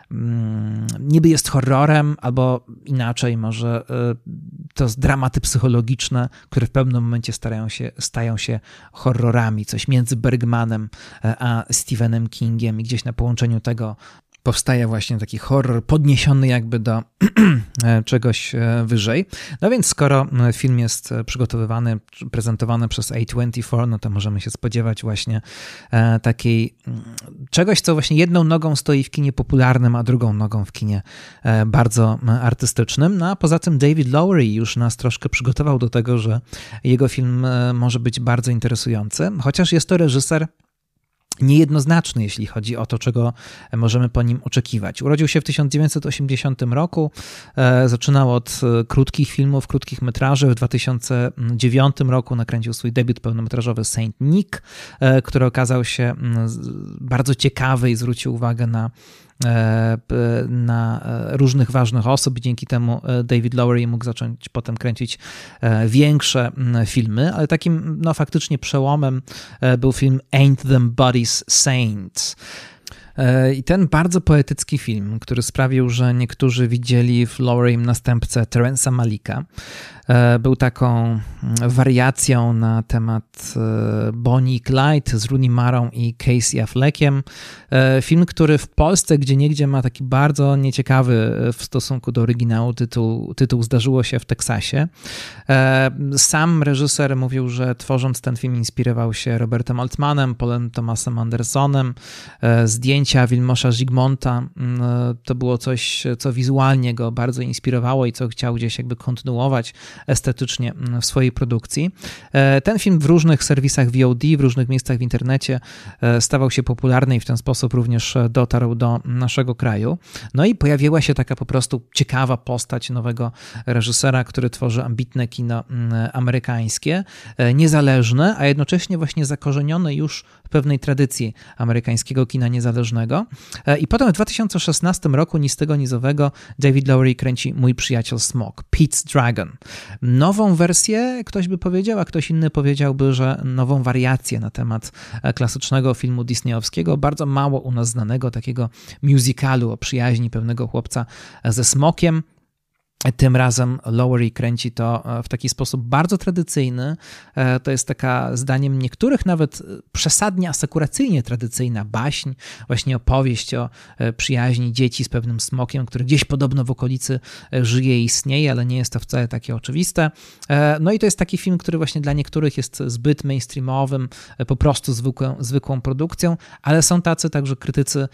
niby jest horrorem, albo inaczej może to dramaty psychologiczne, które w pewnym momencie starają się, stają się horrorami, coś między Bergmanem a Stephenem Kingiem i gdzieś na połączeniu tego powstaje właśnie taki horror podniesiony jakby do czegoś wyżej. No więc skoro film jest przygotowywany, prezentowany przez A dwadzieścia cztery, no to możemy się spodziewać właśnie takiej czegoś, co właśnie jedną nogą stoi w kinie popularnym, a drugą nogą w kinie bardzo artystycznym. No a poza tym David Lowery już nas troszkę przygotował do tego, że jego film może być bardzo interesujący, chociaż jest to reżyser niejednoznaczny, jeśli chodzi o to, czego możemy po nim oczekiwać. Urodził się w tysiąc dziewięćset osiemdziesiątym roku, zaczynał od krótkich filmów, krótkich metraży. W dwa tysiące dziewiątym roku nakręcił swój debiut pełnometrażowy Saint Nick, który okazał się bardzo ciekawy i zwrócił uwagę na na różnych ważnych osób. Dzięki temu David Lowery mógł zacząć potem kręcić większe filmy, ale takim no, faktycznie przełomem był film Ain't Them Bodies Saints. I ten bardzo poetycki film, który sprawił, że niektórzy widzieli w Lowerym następcę Terence'a Malika, był taką wariacją na temat Bonnie i Clyde z Rooney Marą i Casey Affleckiem. Film, który w Polsce gdzieniegdzie ma taki bardzo nieciekawy w stosunku do oryginału tytuł. Tytuł Zdarzyło się w Teksasie. Sam reżyser mówił, że tworząc ten film inspirował się Robertem Altmanem, Paulem Thomasem Andersonem. Zdjęcia Vilmosza Zsigmonta to było coś, co wizualnie go bardzo inspirowało i co chciał gdzieś jakby kontynuować estetycznie w swojej produkcji. Ten film w różnych serwisach V O D, w różnych miejscach w internecie stawał się popularny i w ten sposób również dotarł do naszego kraju. No i pojawiła się taka po prostu ciekawa postać nowego reżysera, który tworzy ambitne kino amerykańskie, niezależne, a jednocześnie właśnie zakorzenione już w pewnej tradycji amerykańskiego kina niezależnego. I potem w dwa tysiące szesnastym roku ni z tego ni z owego David Lowery kręci Mój przyjaciel Smok, Pete's Dragon. Nową wersję, ktoś by powiedział, a ktoś inny powiedziałby, że nową wariację na temat klasycznego filmu disneyowskiego, bardzo mało u nas znanego, takiego musicalu o przyjaźni pewnego chłopca ze smokiem. Tym razem Lowery kręci to w taki sposób bardzo tradycyjny. To jest taka, zdaniem niektórych, nawet przesadnie asekuracyjnie tradycyjna baśń, właśnie opowieść o przyjaźni dzieci z pewnym smokiem, który gdzieś podobno w okolicy żyje i istnieje, ale nie jest to wcale takie oczywiste. No i to jest taki film, który właśnie dla niektórych jest zbyt mainstreamowym, po prostu zwykłą, zwykłą produkcją, ale są tacy także krytycy,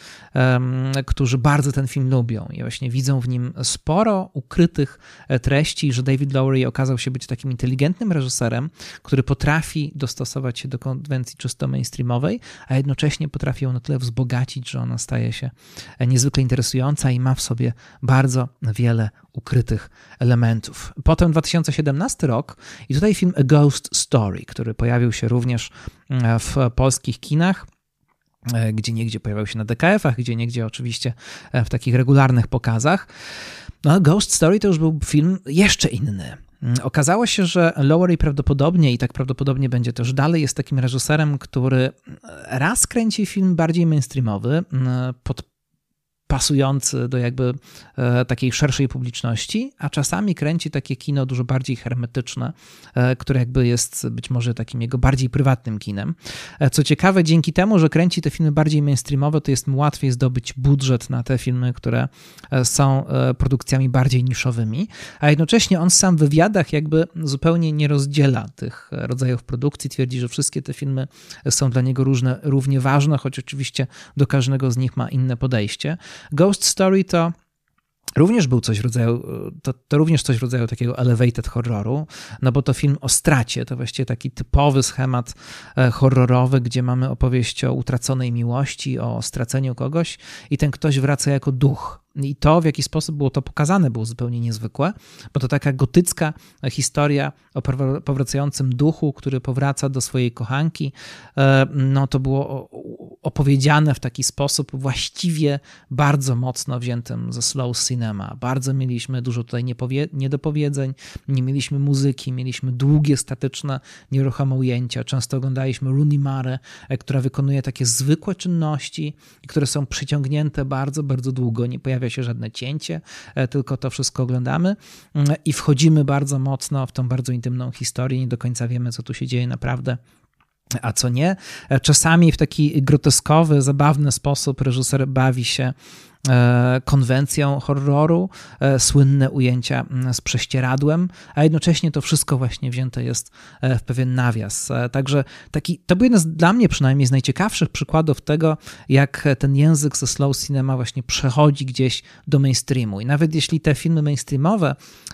którzy bardzo ten film lubią i właśnie widzą w nim sporo ukrytych treści, że David Lowery okazał się być takim inteligentnym reżyserem, który potrafi dostosować się do konwencji czysto mainstreamowej, a jednocześnie potrafi ją na tyle wzbogacić, że ona staje się niezwykle interesująca i ma w sobie bardzo wiele ukrytych elementów. Potem dwa tysiące siedemnasty rok i tutaj film A Ghost Story, który pojawił się również w polskich kinach, gdzie niegdzie pojawiał się na D K F-ach, gdzie niegdzie oczywiście w takich regularnych pokazach. No, Ghost Story to już był film jeszcze inny. Okazało się, że Lowery prawdopodobnie i tak prawdopodobnie będzie też dalej jest takim reżyserem, który raz kręci film bardziej mainstreamowy, pod pasujący do jakby e, takiej szerszej publiczności, a czasami kręci takie kino dużo bardziej hermetyczne, e, które jakby jest być może takim jego bardziej prywatnym kinem. E, co ciekawe, dzięki temu, że kręci te filmy bardziej mainstreamowe, to jest mu łatwiej zdobyć budżet na te filmy, które e, są e, produkcjami bardziej niszowymi, a jednocześnie on sam w wywiadach jakby zupełnie nie rozdziela tych rodzajów produkcji, twierdzi, że wszystkie te filmy są dla niego różne, równie ważne, choć oczywiście do każdego z nich ma inne podejście. Ghost Story to również był coś w rodzaju, to, to również coś w rodzaju takiego elevated horroru, no bo to film o stracie, to właściwie taki typowy schemat horrorowy, gdzie mamy opowieść o utraconej miłości, o straceniu kogoś i ten ktoś wraca jako duch. I to, w jaki sposób było to pokazane, było zupełnie niezwykłe, bo to taka gotycka historia o powracającym duchu, który powraca do swojej kochanki. No to było opowiedziane w taki sposób właściwie bardzo mocno wziętym ze slow cinema. Bardzo mieliśmy dużo tutaj niepowie- niedopowiedzeń, nie mieliśmy muzyki, mieliśmy długie, statyczne, nieruchome ujęcia. Często oglądaliśmy Rooney Marę, która wykonuje takie zwykłe czynności, które są przyciągnięte bardzo, bardzo długo. Nie pojawia się żadne cięcie, tylko to wszystko oglądamy i wchodzimy bardzo mocno w tą bardzo intymną historię. Nie do końca wiemy, co tu się dzieje naprawdę, a co nie. Czasami w taki groteskowy, zabawny sposób reżyser bawi się konwencją horroru, słynne ujęcia z prześcieradłem, a jednocześnie to wszystko właśnie wzięte jest w pewien nawias. Także taki, to był jeden z, dla mnie przynajmniej z najciekawszych przykładów tego, jak ten język ze slow cinema właśnie przechodzi gdzieś do mainstreamu. I nawet jeśli te filmy mainstreamowe,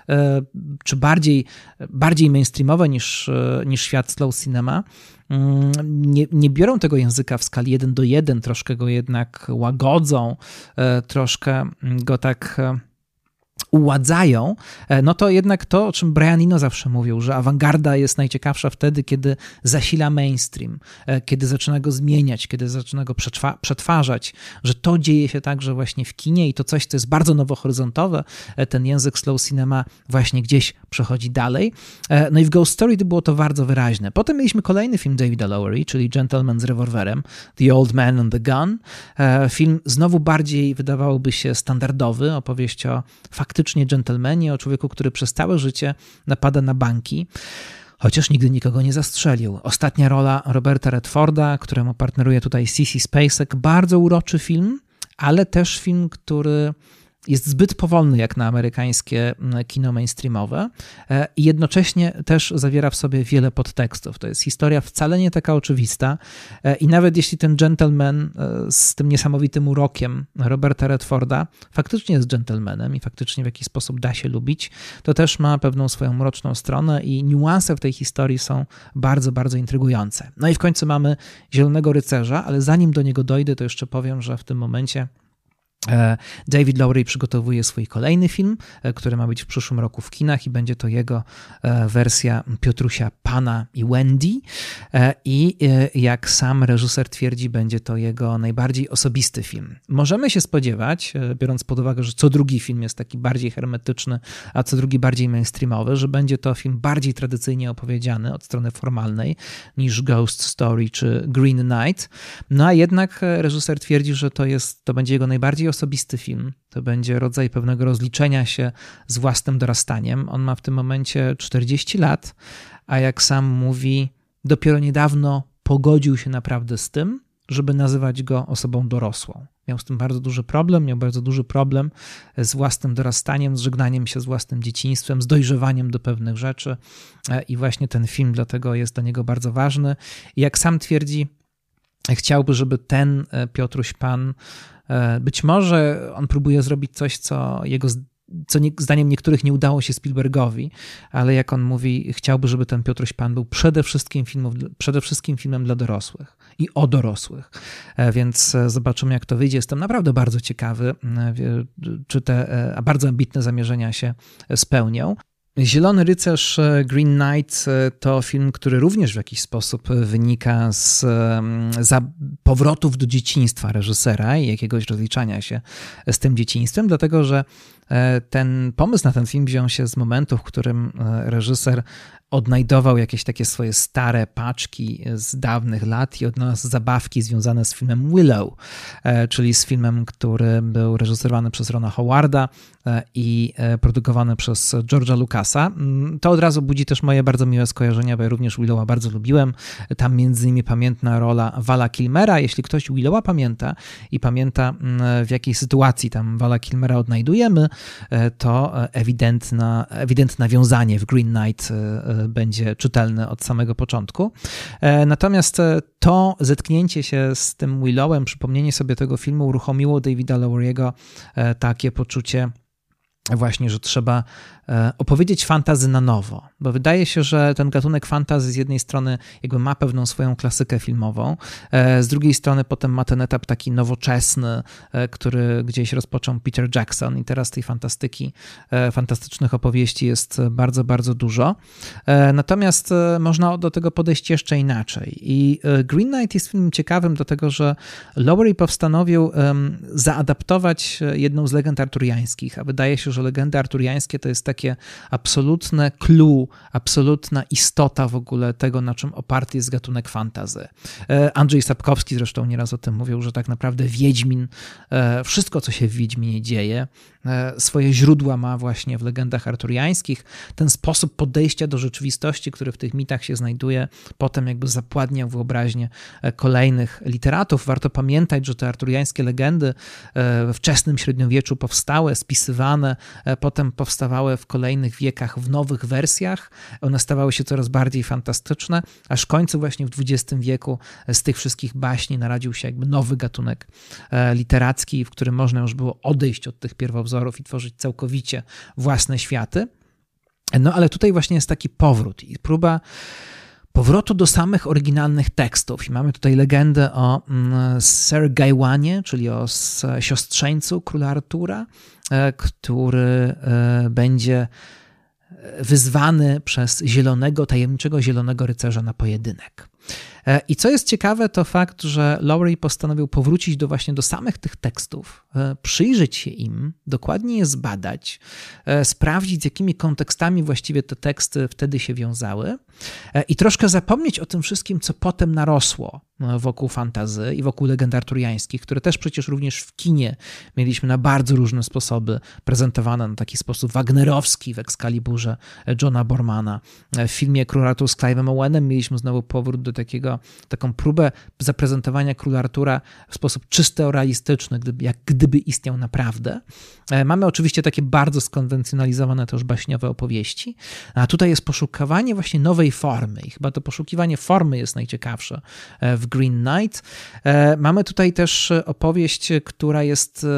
czy bardziej, bardziej mainstreamowe niż, niż świat slow cinema, Nie, nie biorą tego języka w skali jeden do jeden, troszkę go jednak łagodzą, troszkę go tak uładzają, no to jednak to, o czym Brian Eno zawsze mówił, że awangarda jest najciekawsza wtedy, kiedy zasila mainstream, kiedy zaczyna go zmieniać, kiedy zaczyna go przetwa- przetwarzać, że to dzieje się także właśnie w kinie i to coś, co jest bardzo nowohoryzontowe, ten język slow cinema właśnie gdzieś przechodzi dalej. No i w Ghost Story było to bardzo wyraźne. Potem mieliśmy kolejny film Davida Lowery, czyli Gentleman z rewolwerem, The Old Man and the Gun. Film znowu bardziej wydawałoby się standardowy, opowieść o faktycznie dżentelmenie, o człowieku, który przez całe życie napada na banki, chociaż nigdy nikogo nie zastrzelił. Ostatnia rola Roberta Redforda, któremu partneruje tutaj Sissy Spacek. Bardzo uroczy film, ale też film, który jest zbyt powolny jak na amerykańskie kino mainstreamowe i jednocześnie też zawiera w sobie wiele podtekstów. To jest historia wcale nie taka oczywista i nawet jeśli ten gentleman z tym niesamowitym urokiem Roberta Redforda faktycznie jest gentlemanem i faktycznie w jakiś sposób da się lubić, to też ma pewną swoją mroczną stronę i niuanse w tej historii są bardzo, bardzo intrygujące. No i w końcu mamy Zielonego Rycerza, ale zanim do niego dojdę, to jeszcze powiem, że w tym momencie David Lowery przygotowuje swój kolejny film, który ma być w przyszłym roku w kinach i będzie to jego wersja Piotrusia Pana i Wendy i jak sam reżyser twierdzi, będzie to jego najbardziej osobisty film. Możemy się spodziewać, biorąc pod uwagę, że co drugi film jest taki bardziej hermetyczny, a co drugi bardziej mainstreamowy, że będzie to film bardziej tradycyjnie opowiedziany od strony formalnej niż Ghost Story czy Green Knight, no a jednak reżyser twierdzi, że to jest, to będzie jego najbardziej osobisty film. To będzie rodzaj pewnego rozliczenia się z własnym dorastaniem. On ma w tym momencie czterdzieści lat, a jak sam mówi, dopiero niedawno pogodził się naprawdę z tym, żeby nazywać go osobą dorosłą. Miał z tym bardzo duży problem, miał bardzo duży problem z własnym dorastaniem, z żegnaniem się z własnym dzieciństwem, z dojrzewaniem do pewnych rzeczy i właśnie ten film dlatego jest dla niego bardzo ważny. I jak sam twierdzi, chciałby, żeby ten Piotruś Pan, być może on próbuje zrobić coś, co jego co nie, zdaniem niektórych nie udało się Spielbergowi, ale jak on mówi, chciałby, żeby ten Piotruś Pan był przede wszystkim, filmów, przede wszystkim filmem dla dorosłych i o dorosłych. Więc zobaczymy, jak to wyjdzie. Jestem naprawdę bardzo ciekawy, czy te bardzo ambitne zamierzenia się spełnią. Zielony Rycerz, Green Knight to film, który również w jakiś sposób wynika z za powrotów do dzieciństwa reżysera i jakiegoś rozliczania się z tym dzieciństwem, dlatego że ten pomysł na ten film wziął się z momentu, w którym reżyser odnajdował jakieś takie swoje stare paczki z dawnych lat i odnalazł zabawki związane z filmem Willow, czyli z filmem, który był reżyserowany przez Rona Howarda i produkowany przez George'a Lucasa. To od razu budzi też moje bardzo miłe skojarzenia, bo ja również Willowa bardzo lubiłem. Tam między innymi pamiętna rola Vala Kilmera. Jeśli ktoś Willowa pamięta i pamięta, w jakiej sytuacji tam Vala Kilmera odnajdujemy, to ewidentna, ewidentne nawiązanie w Green Knight będzie czytelne od samego początku. Natomiast to zetknięcie się z tym Willowem, przypomnienie sobie tego filmu uruchomiło Davida Lowery'ego takie poczucie właśnie, że trzeba opowiedzieć fantasy na nowo, bo wydaje się, że ten gatunek fantasy z jednej strony jakby ma pewną swoją klasykę filmową, z drugiej strony potem ma ten etap taki nowoczesny, który gdzieś rozpoczął Peter Jackson i teraz tej fantastyki, fantastycznych opowieści jest bardzo, bardzo dużo. Natomiast można do tego podejść jeszcze inaczej i Green Knight jest filmem ciekawym dlatego, że Lowery postanowił zaadaptować jedną z legend arturiańskich, a wydaje się, że legendy arturiańskie to jest takie absolutne clue, absolutna istota w ogóle tego, na czym oparty jest gatunek fantasy. Andrzej Sapkowski zresztą nieraz o tym mówił, że tak naprawdę Wiedźmin, wszystko co się w Wiedźminie dzieje, swoje źródła ma właśnie w legendach arturiańskich. Ten sposób podejścia do rzeczywistości, który w tych mitach się znajduje, potem jakby zapładniał wyobraźnię kolejnych literatów. Warto pamiętać, że te arturiańskie legendy we wczesnym średniowieczu powstały, spisywane, potem powstawały w kolejnych wiekach w nowych wersjach. One stawały się coraz bardziej fantastyczne, aż w końcu właśnie w dwudziestym wieku z tych wszystkich baśni narodził się jakby nowy gatunek literacki, w którym można już było odejść od tych pierwowzorów i tworzyć całkowicie własne światy. No ale tutaj właśnie jest taki powrót i próba powrotu do samych oryginalnych tekstów. I mamy tutaj legendę o Sir Gaiwanie, czyli o siostrzeńcu króla Artura, który będzie wyzwany przez zielonego, tajemniczego zielonego rycerza na pojedynek. I co jest ciekawe, to fakt, że Lowery postanowił powrócić do właśnie do samych tych tekstów, przyjrzeć się im, dokładnie je zbadać, sprawdzić, z jakimi kontekstami właściwie te teksty wtedy się wiązały i troszkę zapomnieć o tym wszystkim, co potem narosło wokół fantasy i wokół legend arturiańskich, które też przecież również w kinie mieliśmy na bardzo różne sposoby prezentowane, na taki sposób wagnerowski w Excaliburze Johna Bormana. W filmie Król Artur z Clive'em Owenem mieliśmy znowu powrót do takiego, taką próbę zaprezentowania Króla Artura w sposób czysto realistyczny, gdyby, jak gdyby istniał naprawdę. Mamy oczywiście takie bardzo skonwencjonalizowane też baśniowe opowieści, a tutaj jest poszukiwanie właśnie nowej formy i chyba to poszukiwanie formy jest najciekawsze w Green Knight. Mamy tutaj też opowieść, która jest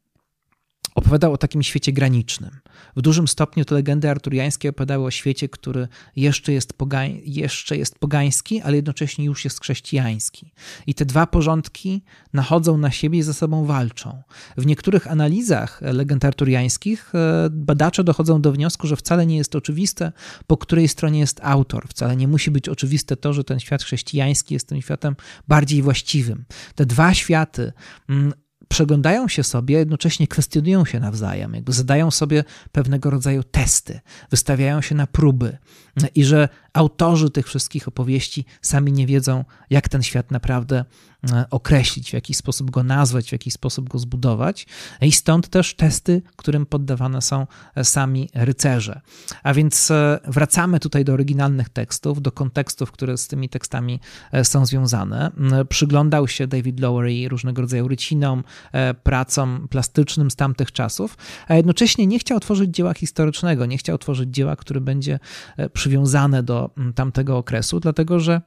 opowiada o takim świecie granicznym. W dużym stopniu te legendy arturiańskie opowiadały o świecie, który jeszcze jest, pogań, jeszcze jest pogański, ale jednocześnie już jest chrześcijański. I te dwa porządki nachodzą na siebie i ze sobą walczą. W niektórych analizach legend arturiańskich badacze dochodzą do wniosku, że wcale nie jest oczywiste, po której stronie jest autor. Wcale nie musi być oczywiste to, że ten świat chrześcijański jest tym światem bardziej właściwym. Te dwa światy przeglądają się sobie, jednocześnie kwestionują się nawzajem, jakby zadają sobie pewnego rodzaju testy, wystawiają się na próby i że autorzy tych wszystkich opowieści sami nie wiedzą, jak ten świat naprawdę określić, w jaki sposób go nazwać, w jaki sposób go zbudować i stąd też testy, którym poddawane są sami rycerze. A więc wracamy tutaj do oryginalnych tekstów, do kontekstów, które z tymi tekstami są związane. Przyglądał się David Lowery różnego rodzaju rycinom, pracom plastycznym z tamtych czasów, a jednocześnie nie chciał tworzyć dzieła historycznego, nie chciał tworzyć dzieła, które będzie przywiązane do tamtego okresu, dlatego że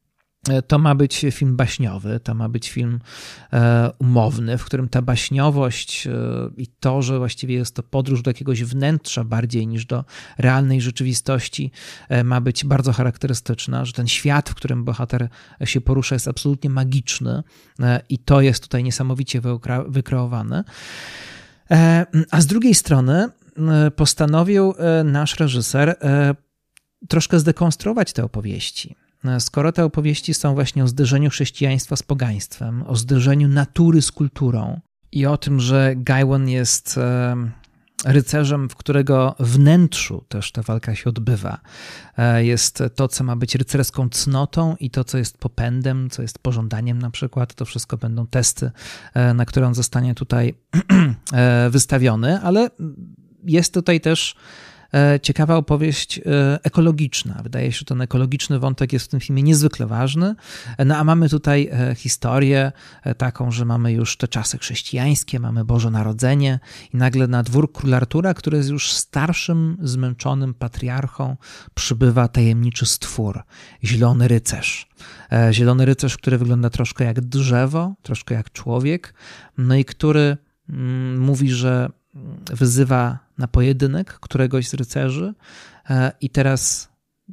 to ma być film baśniowy, to ma być film umowny, w którym ta baśniowość i to, że właściwie jest to podróż do jakiegoś wnętrza bardziej niż do realnej rzeczywistości, ma być bardzo charakterystyczna, że ten świat, w którym bohater się porusza, jest absolutnie magiczny i to jest tutaj niesamowicie wykreowane. A z drugiej strony postanowił nasz reżyser troszkę zdekonstruować te opowieści. Skoro te opowieści są właśnie o zderzeniu chrześcijaństwa z pogaństwem, o zderzeniu natury z kulturą i o tym, że Gaiwan jest rycerzem, w którego wnętrzu też ta walka się odbywa. Jest to, co ma być rycerską cnotą i to, co jest popędem, co jest pożądaniem na przykład. To wszystko będą testy, na które on zostanie tutaj wystawiony, ale jest tutaj też ciekawa opowieść ekologiczna. Wydaje się, że ten ekologiczny wątek jest w tym filmie niezwykle ważny. No a mamy tutaj historię taką, że mamy już te czasy chrześcijańskie, mamy Boże Narodzenie i nagle na dwór króla Artura, który jest już starszym, zmęczonym patriarchą, przybywa tajemniczy stwór, zielony rycerz. Zielony rycerz, który wygląda troszkę jak drzewo, troszkę jak człowiek, no i który mówi, że wyzywa na pojedynek któregoś z rycerzy i teraz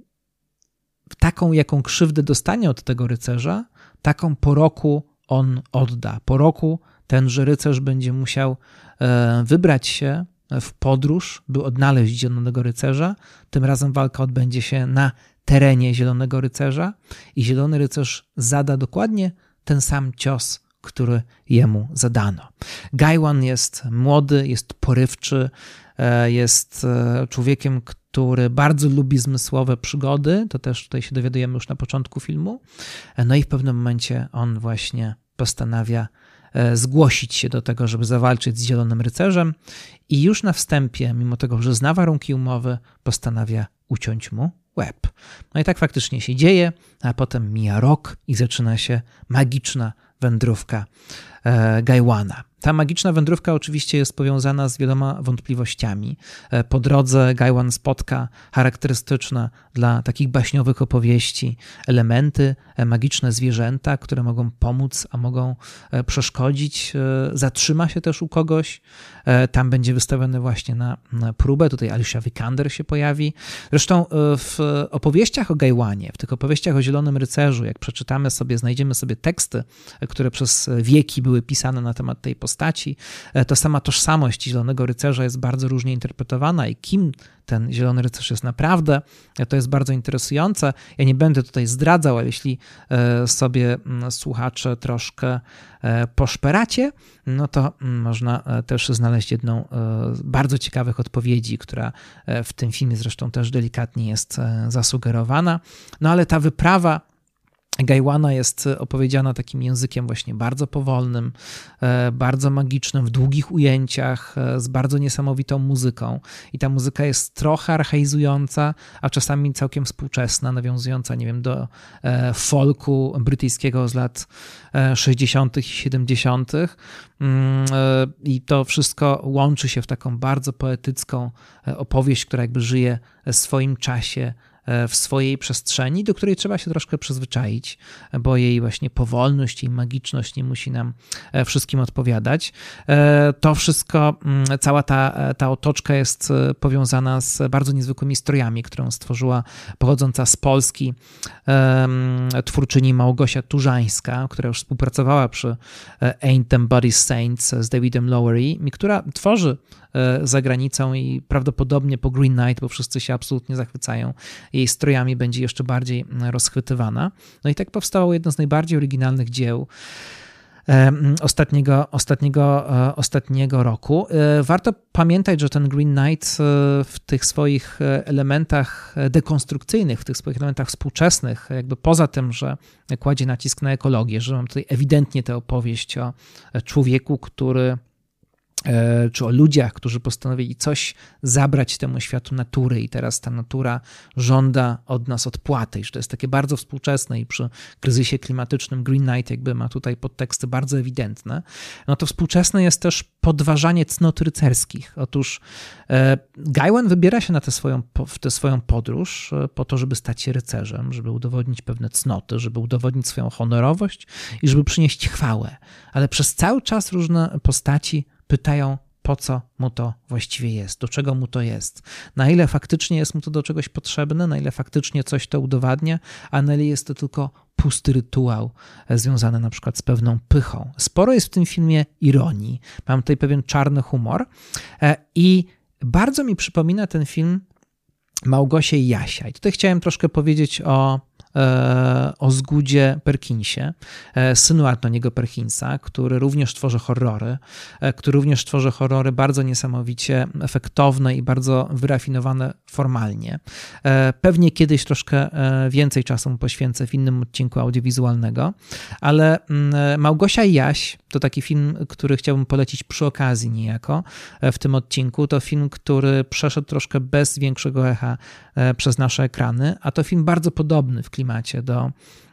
taką, jaką krzywdę dostanie od tego rycerza, taką po roku on odda. Po roku tenże rycerz będzie musiał wybrać się w podróż, by odnaleźć Zielonego Rycerza. Tym razem walka odbędzie się na terenie Zielonego Rycerza i Zielony Rycerz zada dokładnie ten sam cios, który jemu zadano. Gaiwan jest młody, jest porywczy, jest człowiekiem, który bardzo lubi zmysłowe przygody, to też tutaj się dowiadujemy już na początku filmu, no i w pewnym momencie on właśnie postanawia zgłosić się do tego, żeby zawalczyć z Zielonym Rycerzem i już na wstępie, mimo tego, że zna warunki umowy, postanawia uciąć mu łeb. No i tak faktycznie się dzieje, a potem mija rok i zaczyna się magiczna wędrówka Gaiwana. Ta magiczna wędrówka oczywiście jest powiązana z wieloma wątpliwościami. Po drodze Gaiwan spotka charakterystyczne dla takich baśniowych opowieści elementy, magiczne zwierzęta, które mogą pomóc, a mogą przeszkodzić. Zatrzyma się też u kogoś. Tam będzie wystawiony właśnie na próbę. Tutaj Alicia Vikander się pojawi. Zresztą w opowieściach o Gaiwanie, w tych opowieściach o Zielonym Rycerzu, jak przeczytamy sobie, znajdziemy sobie teksty, które przez wieki były pisane na temat tej postaci, to sama tożsamość Zielonego Rycerza jest bardzo różnie interpretowana i kim ten Zielony Rycerz jest naprawdę, to jest bardzo interesujące. Ja nie będę tutaj zdradzał, ale jeśli sobie słuchacze troszkę poszperacie, no to można też znaleźć jedną z bardzo ciekawych odpowiedzi, która w tym filmie zresztą też delikatnie jest zasugerowana. No ale ta wyprawa Gaiwana jest opowiedziana takim językiem właśnie bardzo powolnym, bardzo magicznym, w długich ujęciach, z bardzo niesamowitą muzyką. I ta muzyka jest trochę archaizująca, a czasami całkiem współczesna, nawiązująca, nie wiem, do folku brytyjskiego z lat sześćdziesiątych i siedemdziesiątych. I to wszystko łączy się w taką bardzo poetycką opowieść, która jakby żyje w swoim czasie, w swojej przestrzeni, do której trzeba się troszkę przyzwyczaić, bo jej właśnie powolność i magiczność nie musi nam wszystkim odpowiadać. To wszystko, cała ta, ta otoczka jest powiązana z bardzo niezwykłymi strojami, którą stworzyła pochodząca z Polski twórczyni Małgosia Turzańska, która już współpracowała przy Ain't Them Bodies Saints z Davidem Lowery i która tworzy za granicą i prawdopodobnie po Green Knight, bo wszyscy się absolutnie zachwycają, jej strojami będzie jeszcze bardziej rozchwytywana. No i tak powstało jedno z najbardziej oryginalnych dzieł ostatniego, ostatniego, ostatniego roku. Warto pamiętać, że ten Green Knight w tych swoich elementach dekonstrukcyjnych, w tych swoich elementach współczesnych, jakby poza tym, że kładzie nacisk na ekologię, że mam tutaj ewidentnie tę opowieść o człowieku, który czy o ludziach, którzy postanowili coś zabrać temu światu natury i teraz ta natura żąda od nas odpłaty, i że to jest takie bardzo współczesne i przy kryzysie klimatycznym Green Knight jakby ma tutaj podteksty bardzo ewidentne, no to współczesne jest też podważanie cnot rycerskich. Otóż Gaiwan wybiera się na tę swoją, w tę swoją podróż po to, żeby stać się rycerzem, żeby udowodnić pewne cnoty, żeby udowodnić swoją honorowość i żeby przynieść chwałę, ale przez cały czas różne postaci pytają, po co mu to właściwie jest, do czego mu to jest, na ile faktycznie jest mu to do czegoś potrzebne, na ile faktycznie coś to udowadnia, a na ile jest to tylko pusty rytuał związany na przykład z pewną pychą. Sporo jest w tym filmie ironii, mam tutaj pewien czarny humor i bardzo mi przypomina ten film Małgosię i Jasia. I tutaj chciałem troszkę powiedzieć o o Zgudzie Perkinsie, synu Antoniego Perkinsa, który również tworzy horrory, który również tworzy horrory bardzo niesamowicie efektowne i bardzo wyrafinowane formalnie. Pewnie kiedyś troszkę więcej czasu mu poświęcę w innym odcinku audiowizualnego, ale Małgosia i Jaś to taki film, który chciałbym polecić przy okazji niejako w tym odcinku. To film, który przeszedł troszkę bez większego echa przez nasze ekrany, a to film bardzo podobny w klimacie do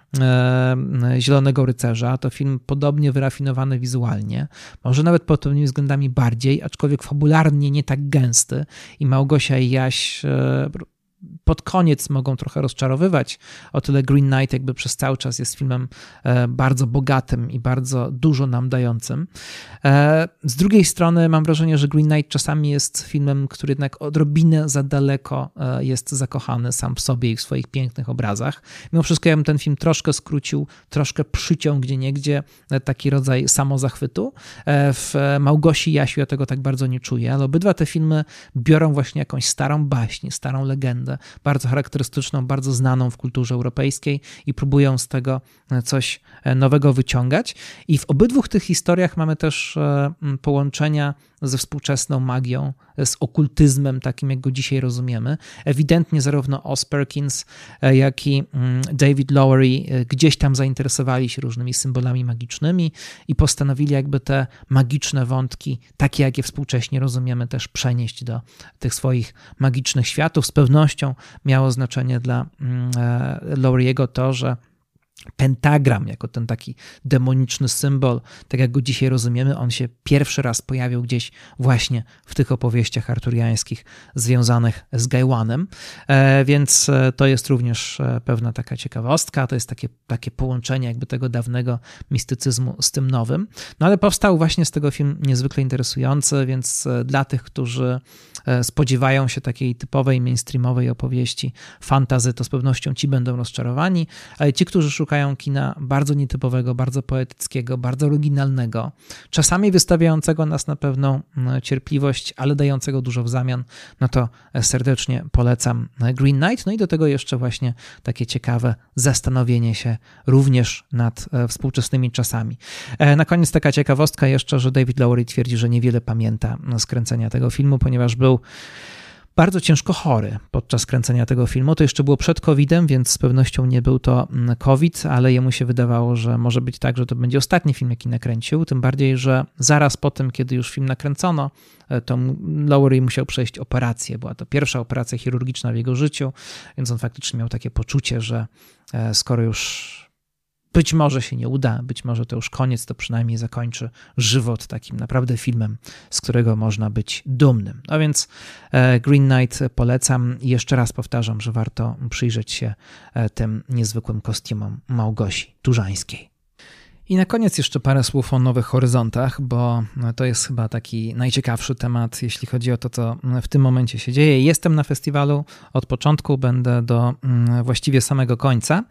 Zielonego Rycerza. To film podobnie wyrafinowany wizualnie, może nawet pod pewnymi względami bardziej, aczkolwiek fabularnie nie tak gęsty i Małgosia i Jaś pod koniec mogą trochę rozczarowywać, o tyle Green Knight jakby przez cały czas jest filmem bardzo bogatym i bardzo dużo nam dającym. Z drugiej strony mam wrażenie, że Green Knight czasami jest filmem, który jednak odrobinę za daleko jest zakochany sam w sobie i w swoich pięknych obrazach. Mimo wszystko ja bym ten film troszkę skrócił, troszkę przyciął gdzieniegdzie taki rodzaj samozachwytu. W Małgosi i Jasiu ja tego tak bardzo nie czuję, ale obydwa te filmy biorą właśnie jakąś starą baśń, starą legendę, bardzo charakterystyczną, bardzo znaną w kulturze europejskiej i próbują z tego coś nowego wyciągać. I w obydwu tych historiach mamy też połączenia ze współczesną magią, z okultyzmem takim, jak go dzisiaj rozumiemy. Ewidentnie zarówno Oz Perkins, jak i David Lowery gdzieś tam zainteresowali się różnymi symbolami magicznymi i postanowili jakby te magiczne wątki, takie jak je współcześnie rozumiemy, też przenieść do tych swoich magicznych światów. Z pewnością miało znaczenie dla Lowery'ego to, że pentagram, jako ten taki demoniczny symbol, tak jak go dzisiaj rozumiemy, on się pierwszy raz pojawił gdzieś właśnie w tych opowieściach arturiańskich związanych z Gaiwanem, więc to jest również pewna taka ciekawostka, to jest takie, takie połączenie jakby tego dawnego mistycyzmu z tym nowym. No ale powstał właśnie z tego film niezwykle interesujący, więc dla tych, którzy spodziewają się takiej typowej mainstreamowej opowieści fantasy, to z pewnością ci będą rozczarowani, ale ci, którzy szukają kina bardzo nietypowego, bardzo poetyckiego, bardzo oryginalnego, czasami wystawiającego nas na pewną cierpliwość, ale dającego dużo w zamian, no to serdecznie polecam Green Knight. No i do tego jeszcze właśnie takie ciekawe zastanowienie się również nad współczesnymi czasami. Na koniec taka ciekawostka jeszcze, że David Lowery twierdzi, że niewiele pamięta z kręcenia tego filmu, ponieważ był bardzo ciężko chory podczas kręcenia tego filmu. To jeszcze było przed kowidem, więc z pewnością nie był to COVID, ale jemu się wydawało, że może być tak, że to będzie ostatni film, jaki nakręcił. Tym bardziej, że zaraz po tym, kiedy już film nakręcono, to Lowery musiał przejść operację. Była to pierwsza operacja chirurgiczna w jego życiu, więc on faktycznie miał takie poczucie, że skoro już być może się nie uda, być może to już koniec, to przynajmniej zakończy żywot takim naprawdę filmem, z którego można być dumnym. No więc Green Knight polecam i jeszcze raz powtarzam, że warto przyjrzeć się tym niezwykłym kostiumom Małgosi Turzańskiej. I na koniec jeszcze parę słów o Nowych Horyzontach, bo to jest chyba taki najciekawszy temat, jeśli chodzi o to, co w tym momencie się dzieje. Jestem na festiwalu od początku, będę do właściwie samego końca.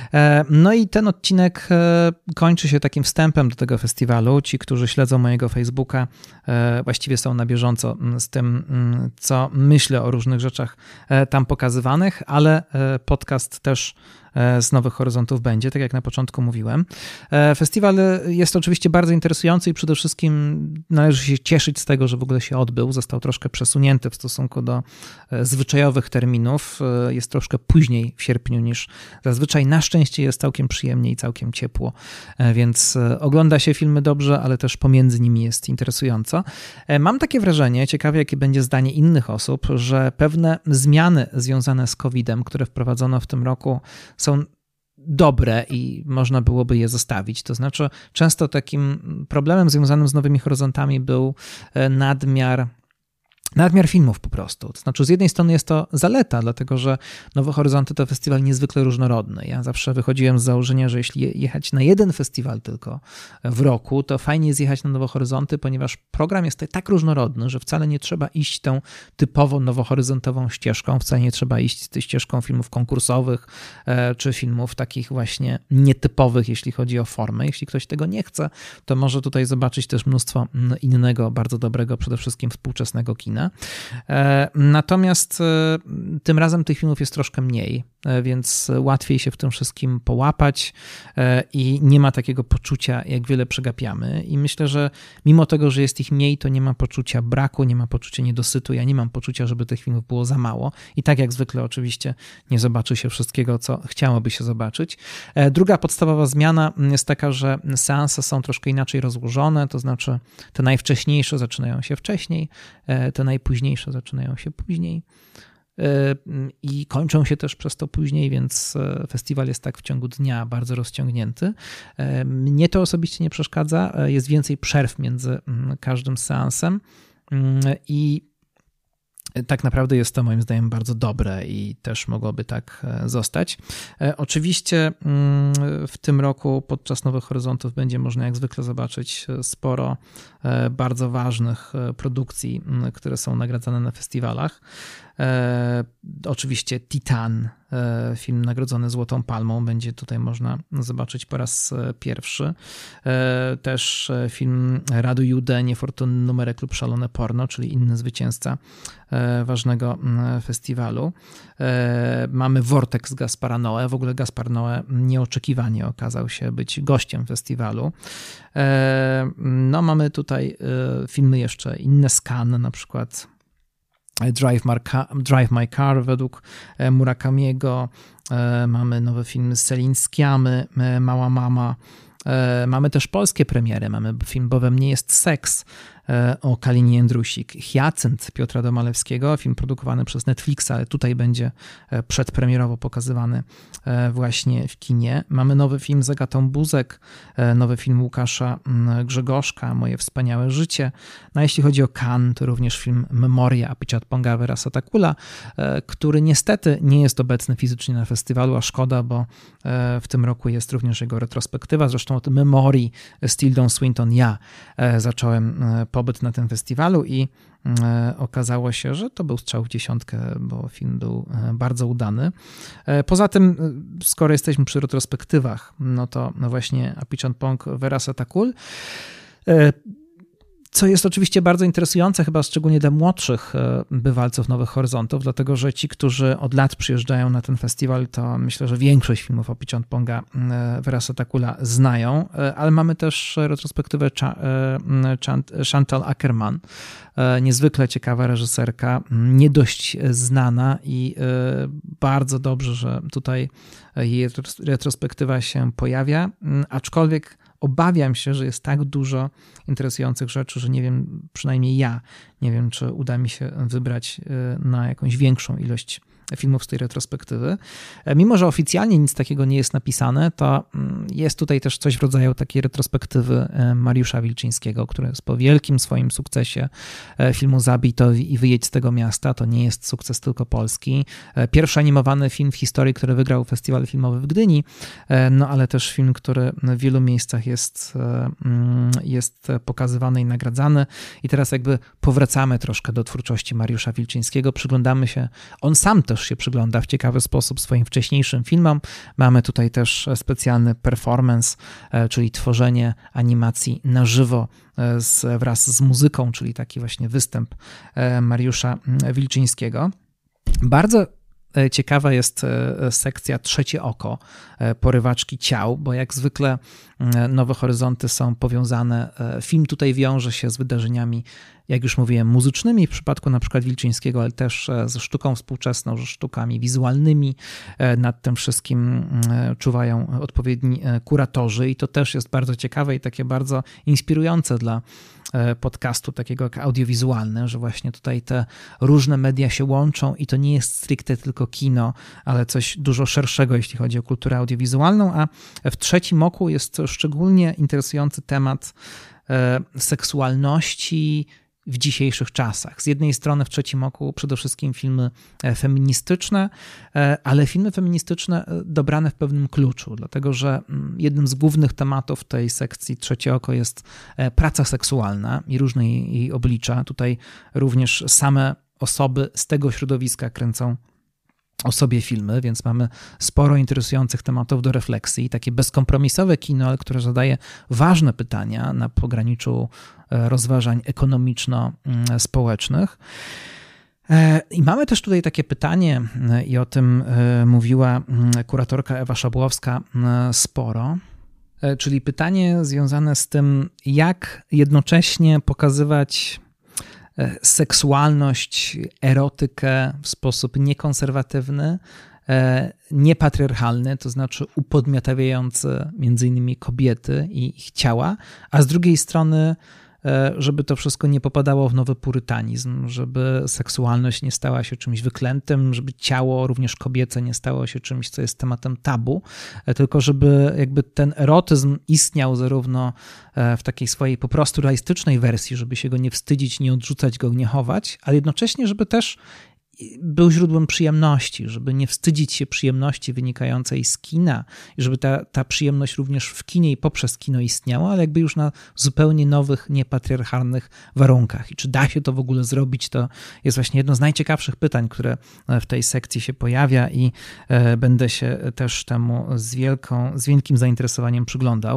No i ten odcinek kończy się takim wstępem do tego festiwalu. Ci, którzy śledzą mojego Facebooka, właściwie są na bieżąco z tym, co myślę o różnych rzeczach tam pokazywanych, ale podcast też z Nowych Horyzontów będzie, tak jak na początku mówiłem. Festiwal jest oczywiście bardzo interesujący i przede wszystkim należy się cieszyć z tego, że w ogóle się odbył. Został troszkę przesunięty w stosunku do zwyczajowych terminów. Jest troszkę później w sierpniu niż zazwyczaj. Na szczęście jest całkiem przyjemnie i całkiem ciepło, więc ogląda się filmy dobrze, ale też pomiędzy nimi jest interesująco. Mam takie wrażenie, ciekawe jakie będzie zdanie innych osób, że pewne zmiany związane z kowidem, które wprowadzono w tym roku, są dobre i można byłoby je zostawić. To znaczy, często takim problemem związanym z Nowymi Horyzontami był nadmiar Nadmiar filmów po prostu. To znaczy, z jednej strony jest to zaleta, dlatego że Nowe Horyzonty to festiwal niezwykle różnorodny. Ja zawsze wychodziłem z założenia, że jeśli jechać na jeden festiwal tylko w roku, to fajnie jest jechać na Nowe Horyzonty, ponieważ program jest tak różnorodny, że wcale nie trzeba iść tą typowo nowohoryzontową ścieżką, wcale nie trzeba iść z ścieżką filmów konkursowych czy filmów takich właśnie nietypowych, jeśli chodzi o formę. Jeśli ktoś tego nie chce, to może tutaj zobaczyć też mnóstwo innego, bardzo dobrego, przede wszystkim współczesnego kina. Natomiast tym razem tych filmów jest troszkę mniej, więc łatwiej się w tym wszystkim połapać i nie ma takiego poczucia, jak wiele przegapiamy. I myślę, że mimo tego, że jest ich mniej, to nie ma poczucia braku, nie ma poczucia niedosytu. Ja nie mam poczucia, żeby tych filmów było za mało. I tak jak zwykle oczywiście nie zobaczy się wszystkiego, co chciałoby się zobaczyć. Druga podstawowa zmiana jest taka, że seanse są troszkę inaczej rozłożone, to znaczy te najwcześniejsze zaczynają się wcześniej, te najpóźniejsze zaczynają się później i kończą się też przez to później, więc festiwal jest tak w ciągu dnia bardzo rozciągnięty. Mnie to osobiście nie przeszkadza, jest więcej przerw między każdym seansem i tak naprawdę jest to moim zdaniem bardzo dobre i też mogłoby tak zostać. Oczywiście w tym roku podczas Nowych Horyzontów będzie można jak zwykle zobaczyć sporo bardzo ważnych produkcji, które są nagradzane na festiwalach. E, oczywiście Titan, e, film nagrodzony Złotą Palmą, będzie tutaj można zobaczyć po raz pierwszy. E, też film Radu Jude, Niefortunny numerek lub Szalone porno, czyli inny zwycięzca e, ważnego festiwalu. E, mamy Vortex z Gaspara Noé. W ogóle Gaspar Noé nieoczekiwanie okazał się być gościem festiwalu. E, no mamy tutaj e, filmy jeszcze inne, Scan na przykład, Drive My Car, Drive My Car według Murakamiego, mamy nowe filmy z Céline Sciammy, Mała Mama, mamy też polskie premiery, mamy film Bo we mnie jest seks, o Kalinie Jędrusik. Hyacynt Piotra Domalewskiego, film produkowany przez Netflixa, ale tutaj będzie przedpremierowo pokazywany właśnie w kinie. Mamy nowy film z Agatą Buzek, nowy film Łukasza Grzegorzka, Moje wspaniałe życie. No a jeśli chodzi o Cannes, to również film Memoria Apichatponga Weerasatakula, który niestety nie jest obecny fizycznie na festiwalu, a szkoda, bo w tym roku jest również jego retrospektywa. Zresztą od Memorii z Tildą Swinton ja zacząłem pobyt na tym festiwalu i okazało się, że to był strzał w dziesiątkę, bo film był bardzo udany. Poza tym, skoro jesteśmy przy retrospektywach, no to no właśnie Apichatpong Weerasatakul, co jest oczywiście bardzo interesujące, chyba szczególnie dla młodszych bywalców Nowych Horyzontów, dlatego że ci, którzy od lat przyjeżdżają na ten festiwal, to myślę, że większość filmów Apichatponga Weerasatakula znają, ale mamy też retrospektywę Chantal Akerman, niezwykle ciekawa reżyserka, nie dość znana i bardzo dobrze, że tutaj jej retrospektywa się pojawia, aczkolwiek obawiam się, że jest tak dużo interesujących rzeczy, że nie wiem, przynajmniej ja, nie wiem, czy uda mi się wybrać na jakąś większą ilość filmów z tej retrospektywy. Mimo że oficjalnie nic takiego nie jest napisane, to jest tutaj też coś w rodzaju takiej retrospektywy Mariusza Wilczyńskiego, który jest po wielkim swoim sukcesie filmu Zabij to i wyjedź z tego miasta. To nie jest sukces tylko polski. Pierwszy animowany film w historii, który wygrał Festiwal Filmowy w Gdyni, no ale też film, który w wielu miejscach jest, jest pokazywany i nagradzany. I teraz jakby powracamy troszkę do twórczości Mariusza Wilczyńskiego, przyglądamy się, on sam też się przygląda w ciekawy sposób swoim wcześniejszym filmom. Mamy tutaj też specjalny performance, czyli tworzenie animacji na żywo z, wraz z muzyką, czyli taki właśnie występ Mariusza Wilczyńskiego. Bardzo ciekawa jest sekcja Trzecie oko, porywaczki ciał, bo jak zwykle Nowe Horyzonty są powiązane. Film tutaj wiąże się z wydarzeniami, jak już mówiłem, muzycznymi w przypadku na przykład Wilczyńskiego, ale też ze sztuką współczesną, ze sztukami wizualnymi. Nad tym wszystkim czuwają odpowiedni kuratorzy i to też jest bardzo ciekawe i takie bardzo inspirujące dla podcastu takiego jak audiowizualny, że właśnie tutaj te różne media się łączą i to nie jest stricte tylko kino, ale coś dużo szerszego, jeśli chodzi o kulturę audiowizualną, a w Trzecim oku jest szczególnie interesujący temat seksualności w dzisiejszych czasach. Z jednej strony w Trzecim oku przede wszystkim filmy feministyczne, ale filmy feministyczne dobrane w pewnym kluczu, dlatego że jednym z głównych tematów tej sekcji Trzecie oko jest praca seksualna i różne jej oblicza. Tutaj również same osoby z tego środowiska kręcą o sobie filmy, więc mamy sporo interesujących tematów do refleksji. Takie bezkompromisowe kino, ale które zadaje ważne pytania na pograniczu rozważań ekonomiczno-społecznych. I mamy też tutaj takie pytanie, i o tym mówiła kuratorka Ewa Szabłowska sporo, czyli pytanie związane z tym, jak jednocześnie pokazywać seksualność, erotykę w sposób niekonserwatywny, niepatriarchalny, to znaczy upodmiotawiający między innymi kobiety i ich ciała, a z drugiej strony żeby to wszystko nie popadało w nowy purytanizm, żeby seksualność nie stała się czymś wyklętym, żeby ciało, również kobiece, nie stało się czymś, co jest tematem tabu, tylko żeby jakby ten erotyzm istniał zarówno w takiej swojej po prostu realistycznej wersji, żeby się go nie wstydzić, nie odrzucać go, nie chować, ale jednocześnie, żeby też był źródłem przyjemności, żeby nie wstydzić się przyjemności wynikającej z kina i żeby ta, ta przyjemność również w kinie i poprzez kino istniała, ale jakby już na zupełnie nowych, niepatriarchalnych warunkach. I czy da się to w ogóle zrobić, to jest właśnie jedno z najciekawszych pytań, które w tej sekcji się pojawia i będę się też temu z, wielką, z wielkim zainteresowaniem przyglądał.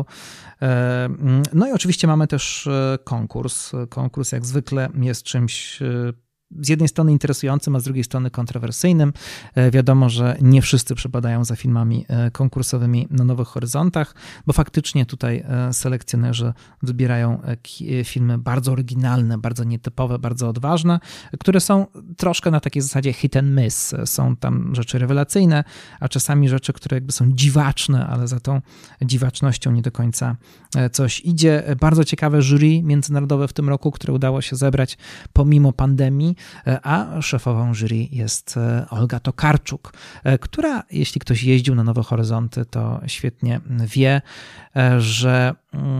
No i oczywiście mamy też konkurs. Konkurs jak zwykle jest czymś z jednej strony interesującym, a z drugiej strony kontrowersyjnym. Wiadomo, że nie wszyscy przepadają za filmami konkursowymi na Nowych Horyzontach, bo faktycznie tutaj selekcjonerzy wybierają filmy bardzo oryginalne, bardzo nietypowe, bardzo odważne, które są troszkę na takiej zasadzie hit and miss. Są tam rzeczy rewelacyjne, a czasami rzeczy, które jakby są dziwaczne, ale za tą dziwacznością nie do końca coś idzie. Bardzo ciekawe jury międzynarodowe w tym roku, które udało się zebrać pomimo pandemii, a szefową jury jest Olga Tokarczuk, która, jeśli ktoś jeździł na Nowe Horyzonty, to świetnie wie, że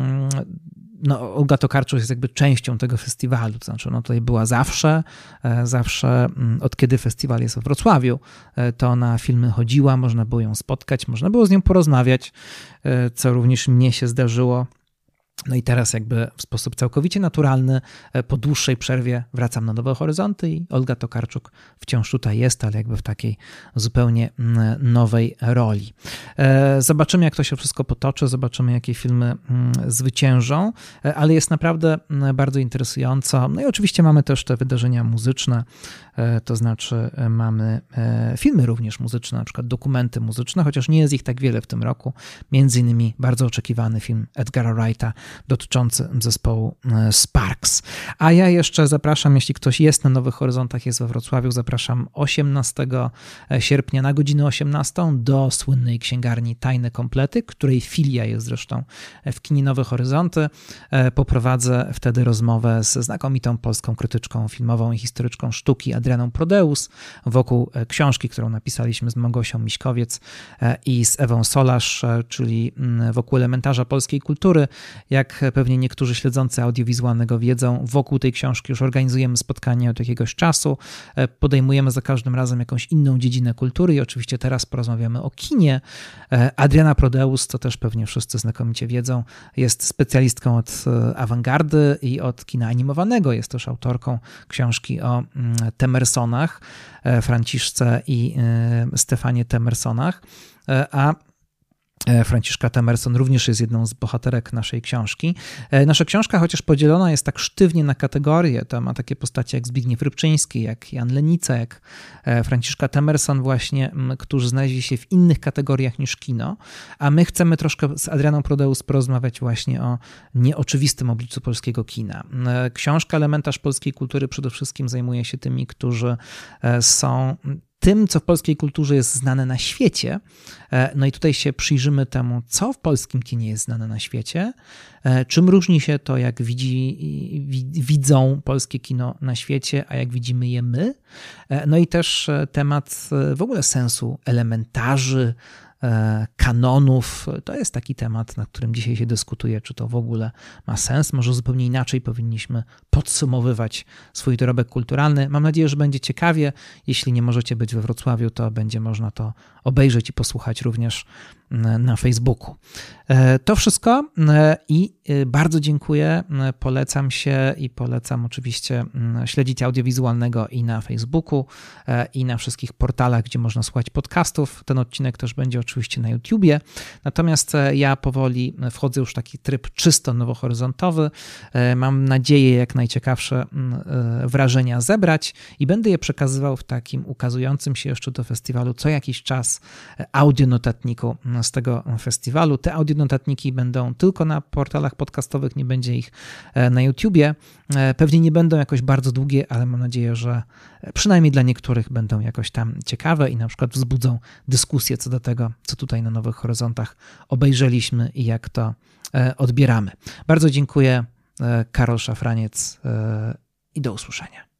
no, Olga Tokarczuk jest jakby częścią tego festiwalu, to znaczy ona tutaj była zawsze, zawsze od kiedy festiwal jest we Wrocławiu, to na filmy chodziła, można było ją spotkać, można było z nią porozmawiać, co również mnie się zdarzyło. No i teraz jakby w sposób całkowicie naturalny, po dłuższej przerwie wracam na Nowe Horyzonty i Olga Tokarczuk wciąż tutaj jest, ale jakby w takiej zupełnie nowej roli. Zobaczymy, jak to się wszystko potoczy, zobaczymy, jakie filmy zwyciężą, ale jest naprawdę bardzo interesująco. No i oczywiście mamy też te wydarzenia muzyczne, to znaczy mamy filmy również muzyczne, na przykład dokumenty muzyczne, chociaż nie jest ich tak wiele w tym roku. Między innymi bardzo oczekiwany film Edgara Wrighta dotyczący zespołu Sparks. A ja jeszcze zapraszam, jeśli ktoś jest na Nowych Horyzontach, jest we Wrocławiu, zapraszam osiemnastego sierpnia na godzinę osiemnastą do słynnej księgarni Tajne Komplety, której filia jest zresztą w kinie Nowe Horyzonty. Poprowadzę wtedy rozmowę z znakomitą polską krytyczką filmową i historyczką sztuki Adrianą Prodeus wokół książki, którą napisaliśmy z Małgosią Miśkowiec i z Ewą Solarz, czyli wokół elementarza polskiej kultury. Jak pewnie niektórzy śledzący audiowizualnego wiedzą, wokół tej książki już organizujemy spotkania od jakiegoś czasu, podejmujemy za każdym razem jakąś inną dziedzinę kultury i oczywiście teraz porozmawiamy o kinie. Adriana Prodeus, to też pewnie wszyscy znakomicie wiedzą, jest specjalistką od awangardy i od kina animowanego, jest też autorką książki o Temersonach, Franciszce i Stefanie Temersonach, a Franciszka Temerson również jest jedną z bohaterek naszej książki. Nasza książka, chociaż podzielona jest tak sztywnie na kategorie, to ma takie postacie jak Zbigniew Rybczyński, jak Jan Lenica, jak Franciszka Temerson właśnie, którzy znaleźli się w innych kategoriach niż kino, a my chcemy troszkę z Adrianą Prodeus porozmawiać właśnie o nieoczywistym obliczu polskiego kina. Książka Elementarz polskiej kultury przede wszystkim zajmuje się tymi, którzy są tym, co w polskiej kulturze jest znane na świecie. No i tutaj się przyjrzymy temu, co w polskim kinie jest znane na świecie, czym różni się to, jak widzi, widzą polskie kino na świecie, a jak widzimy je my. No i też temat w ogóle sensu elementarzy, kanonów. To jest taki temat, nad którym dzisiaj się dyskutuje, czy to w ogóle ma sens. Może zupełnie inaczej powinniśmy podsumowywać swój dorobek kulturalny. Mam nadzieję, że będzie ciekawie. Jeśli nie możecie być we Wrocławiu, to będzie można to obejrzeć i posłuchać również na Facebooku. To wszystko i bardzo dziękuję. Polecam się i polecam oczywiście śledzić audiowizualnego i na Facebooku, i na wszystkich portalach, gdzie można słuchać podcastów. Ten odcinek też będzie oczywiście na YouTubie. Natomiast ja powoli wchodzę już w taki tryb czysto nowohoryzontowy. Mam nadzieję jak najciekawsze wrażenia zebrać i będę je przekazywał w takim ukazującym się jeszcze do festiwalu co jakiś czas audionotatniku z tego festiwalu. Te audionotatniki będą tylko na portalach podcastowych, nie będzie ich na YouTubie. Pewnie nie będą jakoś bardzo długie, ale mam nadzieję, że przynajmniej dla niektórych będą jakoś tam ciekawe i na przykład wzbudzą dyskusję co do tego, co tutaj na Nowych Horyzontach obejrzeliśmy i jak to odbieramy. Bardzo dziękuję. Karol Szafraniec i do usłyszenia.